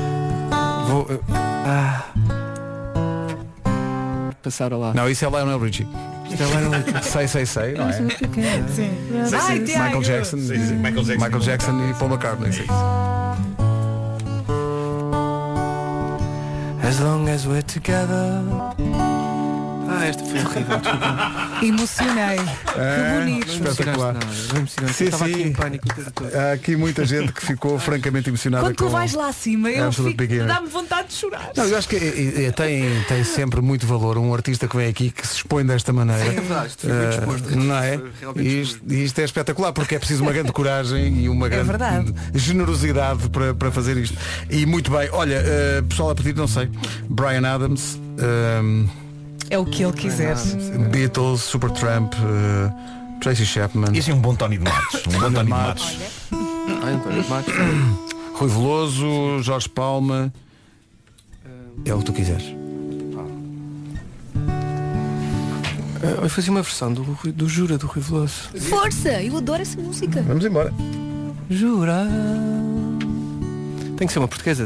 Passaram lá. Não, isso é Lionel Richie. Isto é Lionel Richie. Sei, não é? Sim. Michael Jackson. Michael Jackson e Paul McCartney. Sim. As long as we're together. Esta foi horrível. Emocionei. Que bonito. Espetacular. Estava aqui em pânico o tempo todo. Há aqui muita gente que ficou francamente emocionada. Quando tu vais lá acima, eu fico, Beginner. dá-me vontade de chorar. Não, eu acho que tem sempre muito valor um artista que vem aqui que se expõe desta maneira. É verdade, isto foi muito disposto. Não é? Isto é espetacular porque é preciso uma grande coragem e uma grande generosidade para fazer isto. E muito bem, olha, pessoal a pedir, não sei, Bryan Adams, é o que ele quiser. Beatles, Supertramp, Tracy Chapman. E assim um bom Tony de Matos. António Matos. Rui Veloso, Jorge Palma. É o que tu quiseres. Eu fazia uma versão do Jura, do Rui Veloso. Força! Eu adoro essa música. Vamos embora. Jura. Tem que ser uma portuguesa.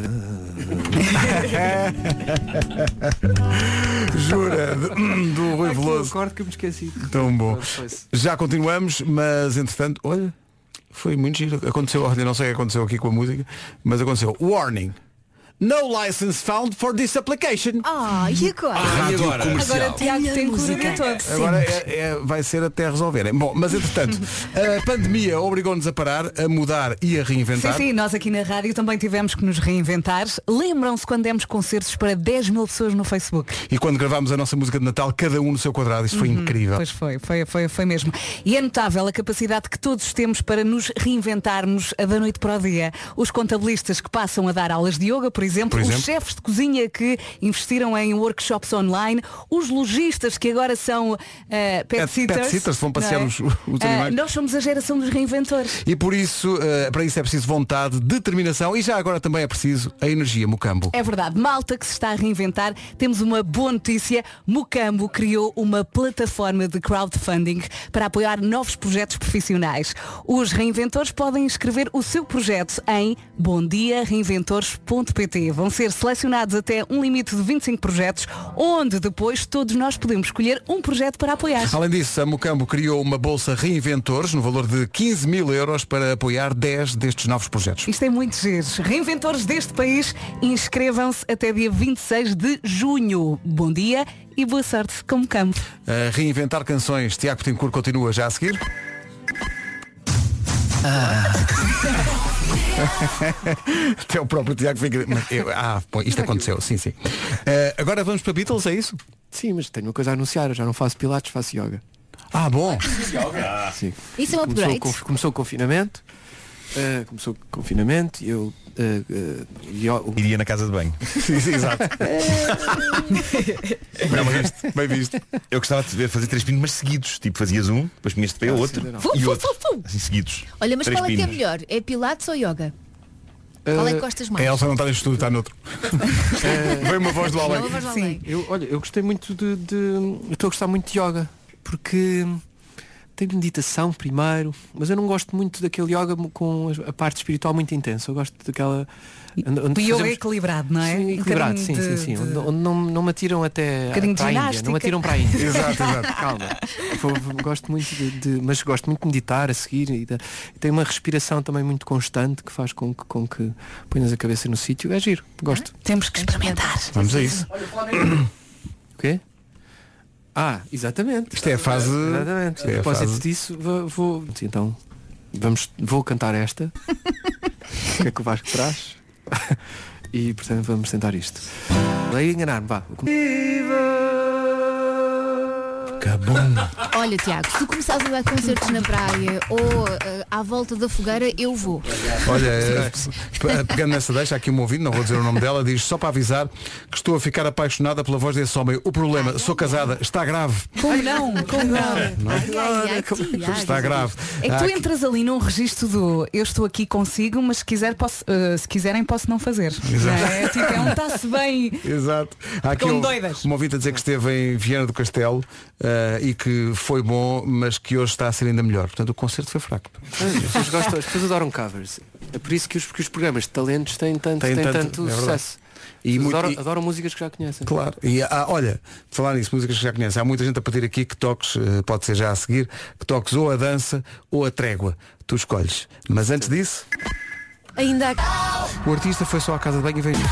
Jura, do Rui Veloso. Acordo que eu me esqueci. Tão bom. Já continuamos, mas entretanto, olha, foi muito giro. Aconteceu, olha, não sei o que aconteceu aqui com a música, mas aconteceu. Warning. No license found for this application. E agora? Agora Tiago tem música toda. Agora vai ser até resolverem. Bom, mas entretanto, a pandemia obrigou-nos a parar, a mudar e a reinventar. Sim, nós aqui na rádio também tivemos que nos reinventar. Lembram-se quando demos concertos para 10 mil pessoas no Facebook? E quando gravámos a nossa música de Natal, cada um no seu quadrado. Isso foi incrível. Pois foi mesmo. E é notável a capacidade que todos temos para nos reinventarmos da noite para o dia. Os contabilistas que passam a dar aulas de yoga, por exemplo, os chefes de cozinha que investiram em workshops online, os lojistas que agora são pet sitters, vão passear os animais. Nós somos a geração dos reinventores. E por isso, para isso é preciso vontade, determinação e já agora também é preciso a energia Mucambo. É verdade, malta que se está a reinventar, temos uma boa notícia. Mucambo criou uma plataforma de crowdfunding para apoiar novos projetos profissionais. Os reinventores podem inscrever o seu projeto em bomdiareinventores.pt. Vão ser selecionados até um limite de 25 projetos, onde depois todos nós podemos escolher um projeto para apoiar. Além disso, a Mucambo criou uma bolsa Reinventores no valor de 15 mil euros para apoiar 10 destes novos projetos. Isto é muito giro. Reinventores deste país, inscrevam-se até dia 26 de junho. Bom dia e boa sorte com Mucambo. A reinventar canções, Tiago Pincourt continua já a seguir. Até o próprio Tiago fica. Isto aconteceu, sim. Agora vamos para Beatles, é isso? Sim, mas tenho uma coisa a anunciar, eu já não faço pilates, faço yoga. Bom. Sim. Isso é um upgrade. Começou o confinamento. E eu iria na casa de banho. Sim, exato. Bem visto. Eu gostava de ver fazer 3 pinos, mas seguidos. Tipo, fazias um, depois punhas de pé outro e outro. Assim seguidos. Olha, mas qual é que é melhor? É pilates ou yoga? Qual é que gostas mais? A Elsa não está neste estúdio, está noutro. Veio uma voz do além. Sim. Eu gostei muito eu estou a gostar muito de yoga, porque tem meditação primeiro, mas eu não gosto muito daquele yoga com a parte espiritual muito intensa. Eu gosto daquela... O yoga é equilibrado, não é? Sim, equilibrado, sim. Onde não me atiram até para a Índia. Não me atiram para a Índia. Exato. Calma. Gosto muito mas gosto muito de meditar a seguir e tem uma respiração também muito constante que faz com que ponhas a cabeça no sítio. É giro, gosto. Temos que experimentar. Vamos a isso. O quê? Exatamente. Isto é a fase. Exatamente. A propósito disso, vou cantar esta. O que é que o Vasco traz? E portanto vamos tentar isto. Daí enganar-me, vá. Cabum. Olha, Tiago, se tu começares a dar concertos na praia ou à volta da fogueira, eu vou. Olha, pegando nessa deixa, aqui um ouvinte, não vou dizer o nome dela, diz só para avisar que estou a ficar apaixonada pela voz desse homem. O problema, sou casada, está grave. Como não? Como não? Está grave. É que tu entras ali num registro do eu estou aqui consigo, mas se quiserem posso não fazer. É tipo, é um está-se bem. Exato. Há aqui um ouvinte a dizer que esteve em Viana do Castelo e que foi bom, mas que hoje está a ser ainda melhor. Portanto, o concerto foi fraco. As pessoas adoram covers. É por isso que os programas de talentos têm tanto sucesso. E adoram músicas que já conhecem. Claro. E olha, de falar nisso, músicas que já conhecem, há muita gente a pedir aqui que toques, pode ser já a seguir, que toques ou a dança ou a trégua. Tu escolhes. Mas antes disso, ainda o artista foi só à casa de banho e veio.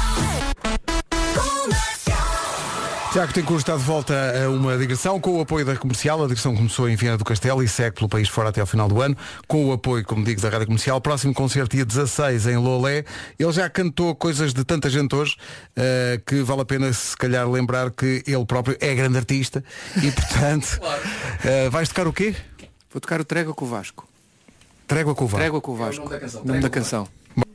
Tiago Tencourt está de volta a uma digressão com o apoio da Comercial. A digressão começou em Viana do Castelo e segue pelo país fora até ao final do ano, com o apoio, como digo, da Rádio Comercial. Próximo concerto dia 16 em Lolé. Ele já cantou coisas de tanta gente hoje que vale a pena se calhar lembrar que ele próprio é grande artista e portanto vais tocar o quê? Vou tocar o Trégua com o Vasco. Trégua com o Vasco. Trégua com o Vasco. O nome da canção.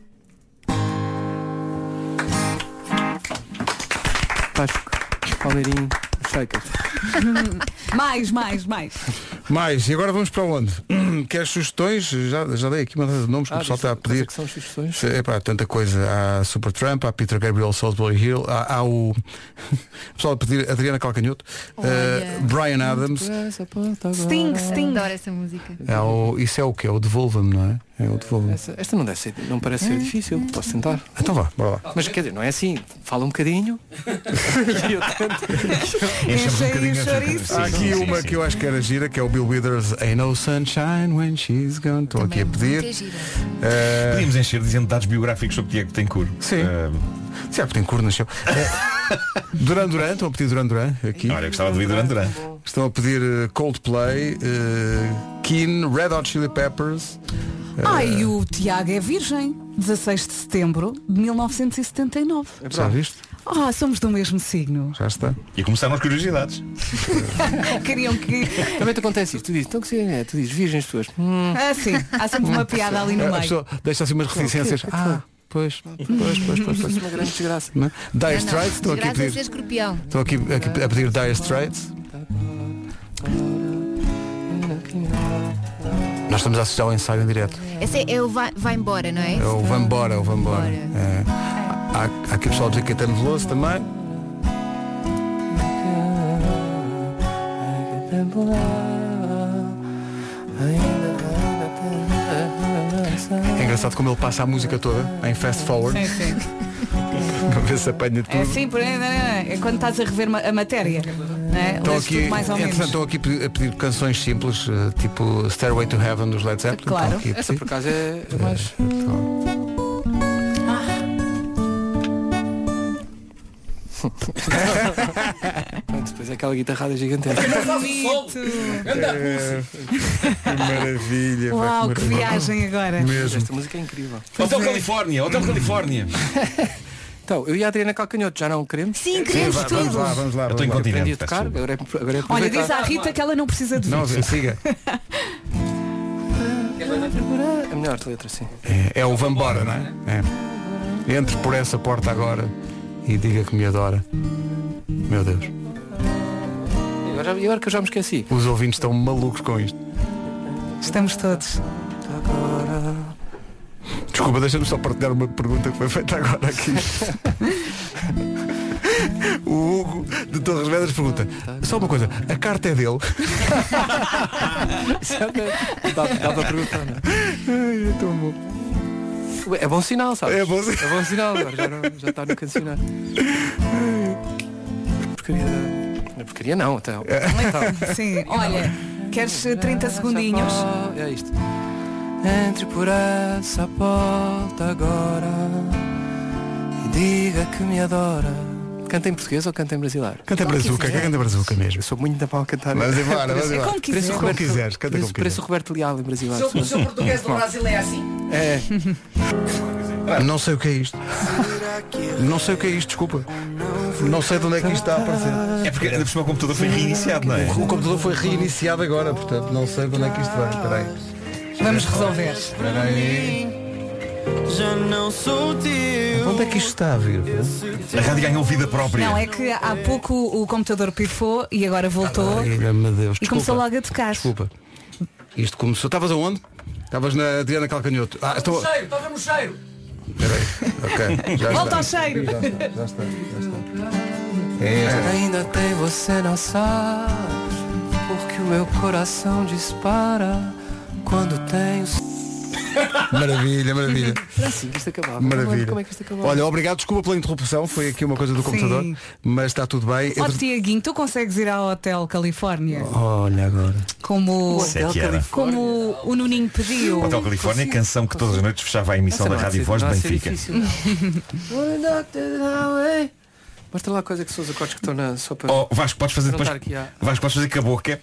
Vasco. Palmeirinho, Shakers. Mais, e agora vamos para onde? Queres sugestões? Já dei aqui uma data de nomes que o pessoal está a pedir. Que são sugestões? É pá, tanta coisa. Há Supertramp, há Peter Gabriel, Salisbury Hill, há o pessoal a pedir Adriana Calcanhoto, Bryan Adams. Sting, adoro essa música. Isso é o que? É o Devolva-me, não é? É o Devolva-me. Esta não deve ser, não parece ser difícil. Posso tentar? Então vá, bora lá. Mas quer dizer, não é assim. Fala um bocadinho. E eu tento. Há aqui uma que eu acho que era gira, que é o Bill Withers, Ain't No Sunshine When She's Gone. Estou aqui a pedir. Podíamos encher dizendo dados biográficos sobre Tiago Tencourt. Sim. Tiago Tencourt nasceu. Duran Duran, estão a pedir Duran Duran aqui. Olha, eu gostava de ouvir Duran Duran. Estão a pedir Coldplay, Keen, Red Hot Chili Peppers. E o Tiago é virgem. 16 de setembro de 1979. Já viste? Somos do mesmo signo. Já está. E começaram as curiosidades. Queriam que... Também te acontece isso. Tu dizes, então que é? Tu dizes, virgens pessoas. Sim, há sempre uma piada ali no meio. Deixa assim umas reticências. Pois. Uma grande desgraça. Dire Straits, estou aqui a pedir. Estou aqui a pedir Dire Straits. Nós estamos a assistir ao ensaio em direto. Esse é o Vai Embora, não é? É o Vambora, Há aqui pessoal a dizer que é Caetano Veloso também. É engraçado como ele passa a música toda em fast forward. Sim. Para ver se apanha tudo. É assim, é quando estás a rever a matéria. Estão aqui, estão aqui a pedir canções simples, tipo Stairway to Heaven dos Led Zeppelin. Claro. Essa por acaso é mais... Depois é aquela guitarrada gigantesca. Que maravilha. Uau, que viagem agora. Mesmo. Esta música é incrível. Hotel Califórnia. Então, eu e a Adriana Calcanhoto já não queremos? Sim, queremos tudo. Vamos lá. Eu estou incontinente. Aprendi a tocar, agora é Olha, diz à Rita que ela não precisa de não, siga. É melhor a letra, sim. É o Vambora, não é? Entre por essa porta agora e diga que me adora. Meu Deus. E agora que eu já me esqueci. Os ouvintes estão malucos com isto. Estamos todos. Desculpa, deixa-me só partilhar uma pergunta que foi feita agora aqui. O Hugo de Torres Vedras pergunta: só uma coisa, a carta é dele? Dá para perguntar, não é? Ai, é tão bom. É bom sinal, sabes? É bom sinal, agora já está no cancionário. Porcaria não, até. Sim, olha, queres 30 segundinhos? É isto. Entre por essa porta agora e diga que me adora. Canta em português ou canta em brasileiro? Canta em brazuca, canta em brazuca mesmo. Eu sou muito da pau a cantar. Mas embora, como quiseres. Canta como quiseres. Parece o Roberto Leal em brasileiro. O seu português do Brasil é assim? Não sei o que é isto. Não sei o que é isto, desculpa. Não sei de onde é que isto está a aparecer. É porque ainda por cima o computador foi reiniciado, não é? O computador foi reiniciado agora, portanto não sei de onde é que isto vai. Espera aí. Vamos resolver. Espera aí. Já não sou teu. Onde é que isto está a vir? A rádio ganhou vida própria. Não, é que há pouco o computador pifou e agora voltou. Ai, meu Deus. E começou logo a tocar. Desculpa. Isto começou. Estavas aonde? Estavas na Adriana Calcanhoto. Estou... Estava no cheiro. Espera aí. Ok. Já volta está. ao cheiro. Já está. Ainda tem você na sala, porque o meu coração dispara quando tenho. Maravilha. Era assim que isto acabava. Maravilha. Como é que isto acabava? Olha, obrigado, desculpa pela interrupção, foi aqui uma coisa do computador, mas está tudo bem. Ó Tiaguinho, tu consegues ir ao Hotel Califórnia? Olha agora. Como o Nuninho pediu. Hotel Califórnia, canção que todas as noites fechava a emissão da Rádio Voz de Benfica. Mostra lá quais é que são os acordes que estão na sopa. Vasco, podes fazer depois. Vasco, podes fazer com a boca.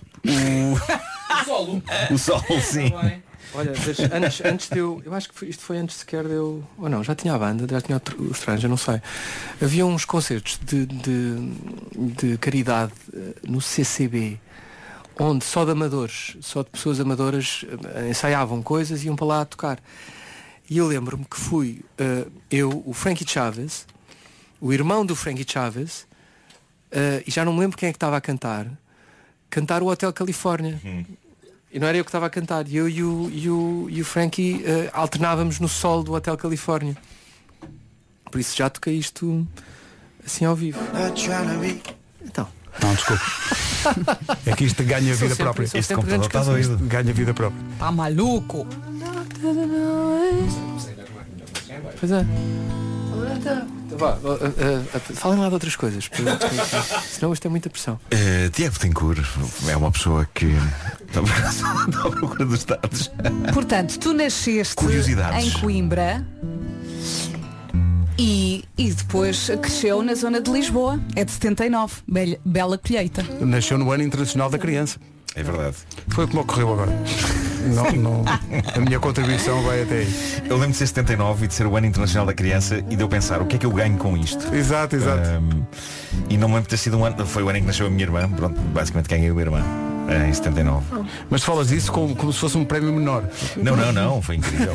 O solo, sim. Olha, antes de eu acho que isto foi antes sequer de eu. Ou não, já tinha a banda, já tinha o Strange, não sei. Havia uns concertos de caridade no CCB, onde só de amadores, só de pessoas amadoras ensaiavam coisas e iam para lá tocar. E eu lembro-me que fui o Frankie Chaves, o irmão do Frankie Chaves, e já não me lembro quem é que estava a cantar o Hotel Califórnia. E não era eu que estava a cantar. Eu e o Frankie alternávamos no solo do Hotel Califórnia. Por isso já toquei isto assim ao vivo. Então. Não, desculpa. É que isto ganha vida própria. Este computador está doido. Ganha vida própria. Tá maluco? Pois é. Falem lá de outras coisas, senão isto é muita pressão. Tiago Betancourt é uma pessoa que está à procura dos dados. Portanto, tu nasceste em Coimbra e depois cresceu na zona de Lisboa. É de 79, bela colheita. Nasceu no Ano Internacional da Criança. É verdade. Foi como ocorreu agora. Não, a minha contribuição vai até aí. Eu lembro de ser 79 e de ser o Ano Internacional da Criança e de eu pensar, o que é que eu ganho com isto? Exato. E não me lembro de ter sido um ano, foi o ano em que nasceu a minha irmã, pronto, basicamente ganhei a minha irmã em 79. Mas falas isso como se fosse um prémio menor. Não, foi incrível.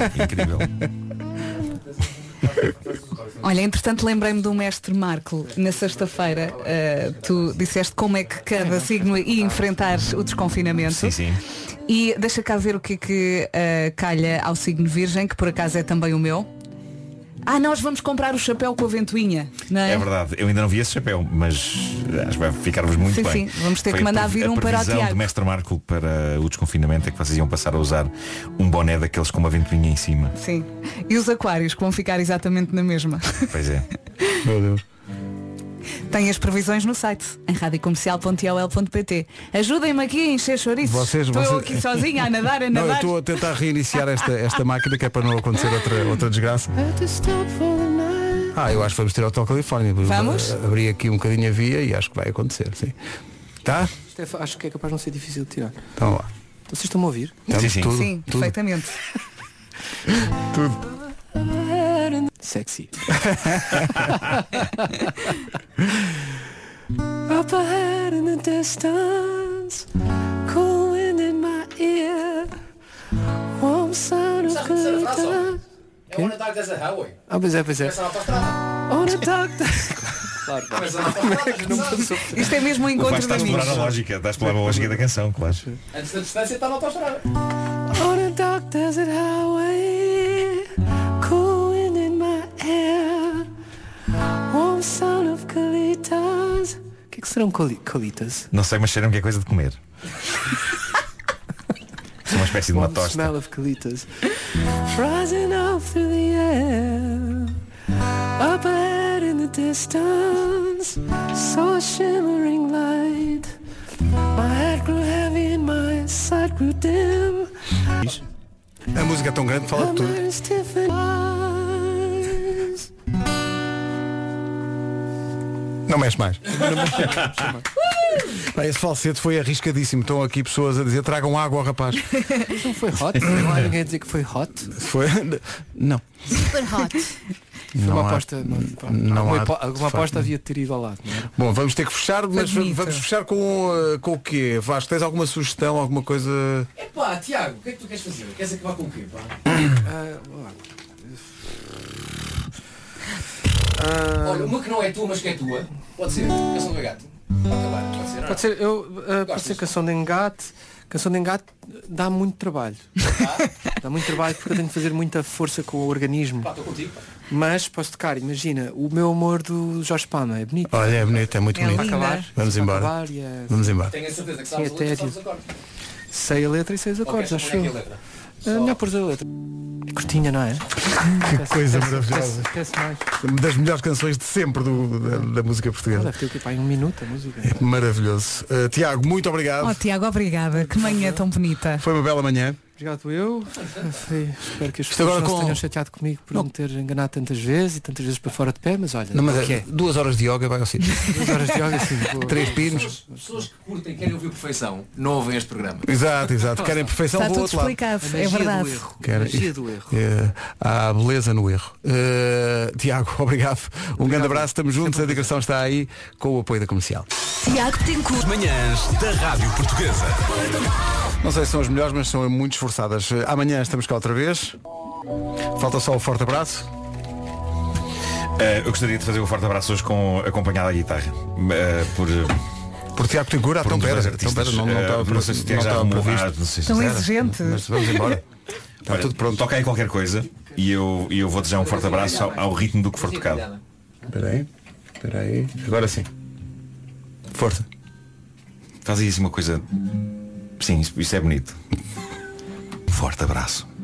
Olha, entretanto lembrei-me do mestre Marco. Na sexta-feira tu disseste como é que cada signo ia enfrentar o desconfinamento. Sim. E deixa cá ver o que é que calha ao signo Virgem, que por acaso é também o meu. Nós vamos comprar o chapéu com a ventoinha, não é? É verdade, eu ainda não vi esse chapéu, mas acho que vai ficar-vos muito bem. Sim, vamos ter que mandar vir um para o Tiago. A previsão do mestre Marco para o desconfinamento é que vocês iam passar a usar um boné daqueles com uma ventoinha em cima. Sim, e os aquários que vão ficar exatamente na mesma. Pois é. Meu Deus. Tem as previsões no site, em radiocomercial.ol.pt. Ajudem-me aqui a encher chouriços. Estou aqui sozinha a nadar. Não, eu estou a tentar reiniciar esta máquina, que é para não acontecer outra desgraça. Eu acho que vamos ter Hotel Califórnia. Vamos? Abri aqui um bocadinho a via e acho que vai acontecer, sim. Tá? Acho que é capaz de não ser difícil de tirar. Então lá. Vocês estão a ouvir? Sim. Sim, perfeitamente. Tudo. Sexy. Up ahead in the distance, cool wind in my ear, warm sound of glitter. É on a dark desert highway. Pois é. On a dark Claro. Isto é mesmo um encontro de amigos. Estás a explorar a lógica da canção, claro. Antes da distância está na autostrada. On a dark desert highway, cool wind in my hair, warm sound of colitas. O que serão colitas? Não sei, mas cheiram que é coisa de comer. É uma espécie de uma tosta. Smell of colitas. Rising up through the air, up ahead in the distance, saw a shimmering light. My head grew heavy and my sight grew dim. A música é tão grande, fala de tudo. Não mexe mais. Esse falsete foi arriscadíssimo. Estão aqui pessoas a dizer tragam água ao rapaz. Não foi hot? Não há ninguém a dizer que foi hot? Foi? Não. Super hot. Uma aposta. Alguma aposta havia de ter ido ao lado. Não era? Bom, vamos ter que fechar, mas vamos fechar com o quê? Vasco, tens alguma sugestão, alguma coisa? Epá, Tiago, o que é que tu queres fazer? Queres acabar com o quê, pá? Olha, uma que não é tua, mas que é tua. Pode ser, Canção do Engate. Pode ser, pode ser Canção de Engate. Canção de Engate dá muito trabalho. Dá muito trabalho porque eu tenho que fazer muita força com o organismo. Pá, estou contigo. Mas posso tocar, imagina, o meu amor do Jorge Palma é bonito. Olha, é bonito, é muito bonito. Para acabar, vamos embora. Acabar, vamos embora. Tenho a certeza que sabes a letra, sabes os acordes. Sei a letra e sei os acordes, acho eu. Melhor pôr a letra. Curtinha, não é? Que coisa maravilhosa. Das melhores canções de sempre da música portuguesa. Deve ter o quê? Pá, em 1 minuto a música. É maravilhoso. Tiago, muito obrigado. Tiago, obrigada. Que manhã tão bonita. Foi uma bela manhã. Obrigado eu. Espero que as pessoas não se tenham chateado comigo por me ter enganado tantas vezes e tantas vezes para fora de pé, mas olha, não, mas é 2 horas de yoga vai ao sítio. 2 horas de yoga, sim. 3 pinos. As pessoas que curtem, querem ouvir perfeição, não ouvem este programa. Exato. Querem perfeição, está vou tudo ao outro explicado, lado. é verdade. A magia do erro. Há beleza no erro. Tiago, obrigado. Um grande abraço, estamos juntos. A digressão está aí com o apoio da Comercial. Tiago Tencourt. Manhãs da Rádio Portuguesa. Não sei se são as melhores, mas são muito esforçadas. Amanhã estamos cá outra vez. Falta só o forte abraço. Eu gostaria de fazer o forte abraço hoje acompanhado à guitarra. Por Tiago Tencourt, então pera, não sei se Tiago já arrumou previsto. Tão exigente. Mas vamos embora. Está tudo pronto. Toca aí qualquer coisa e eu vou desejar um forte abraço ao ritmo do que for tocado. Espera aí. Agora sim. Força. Faz aí assim uma coisa. Sim, isso é bonito. Forte abraço.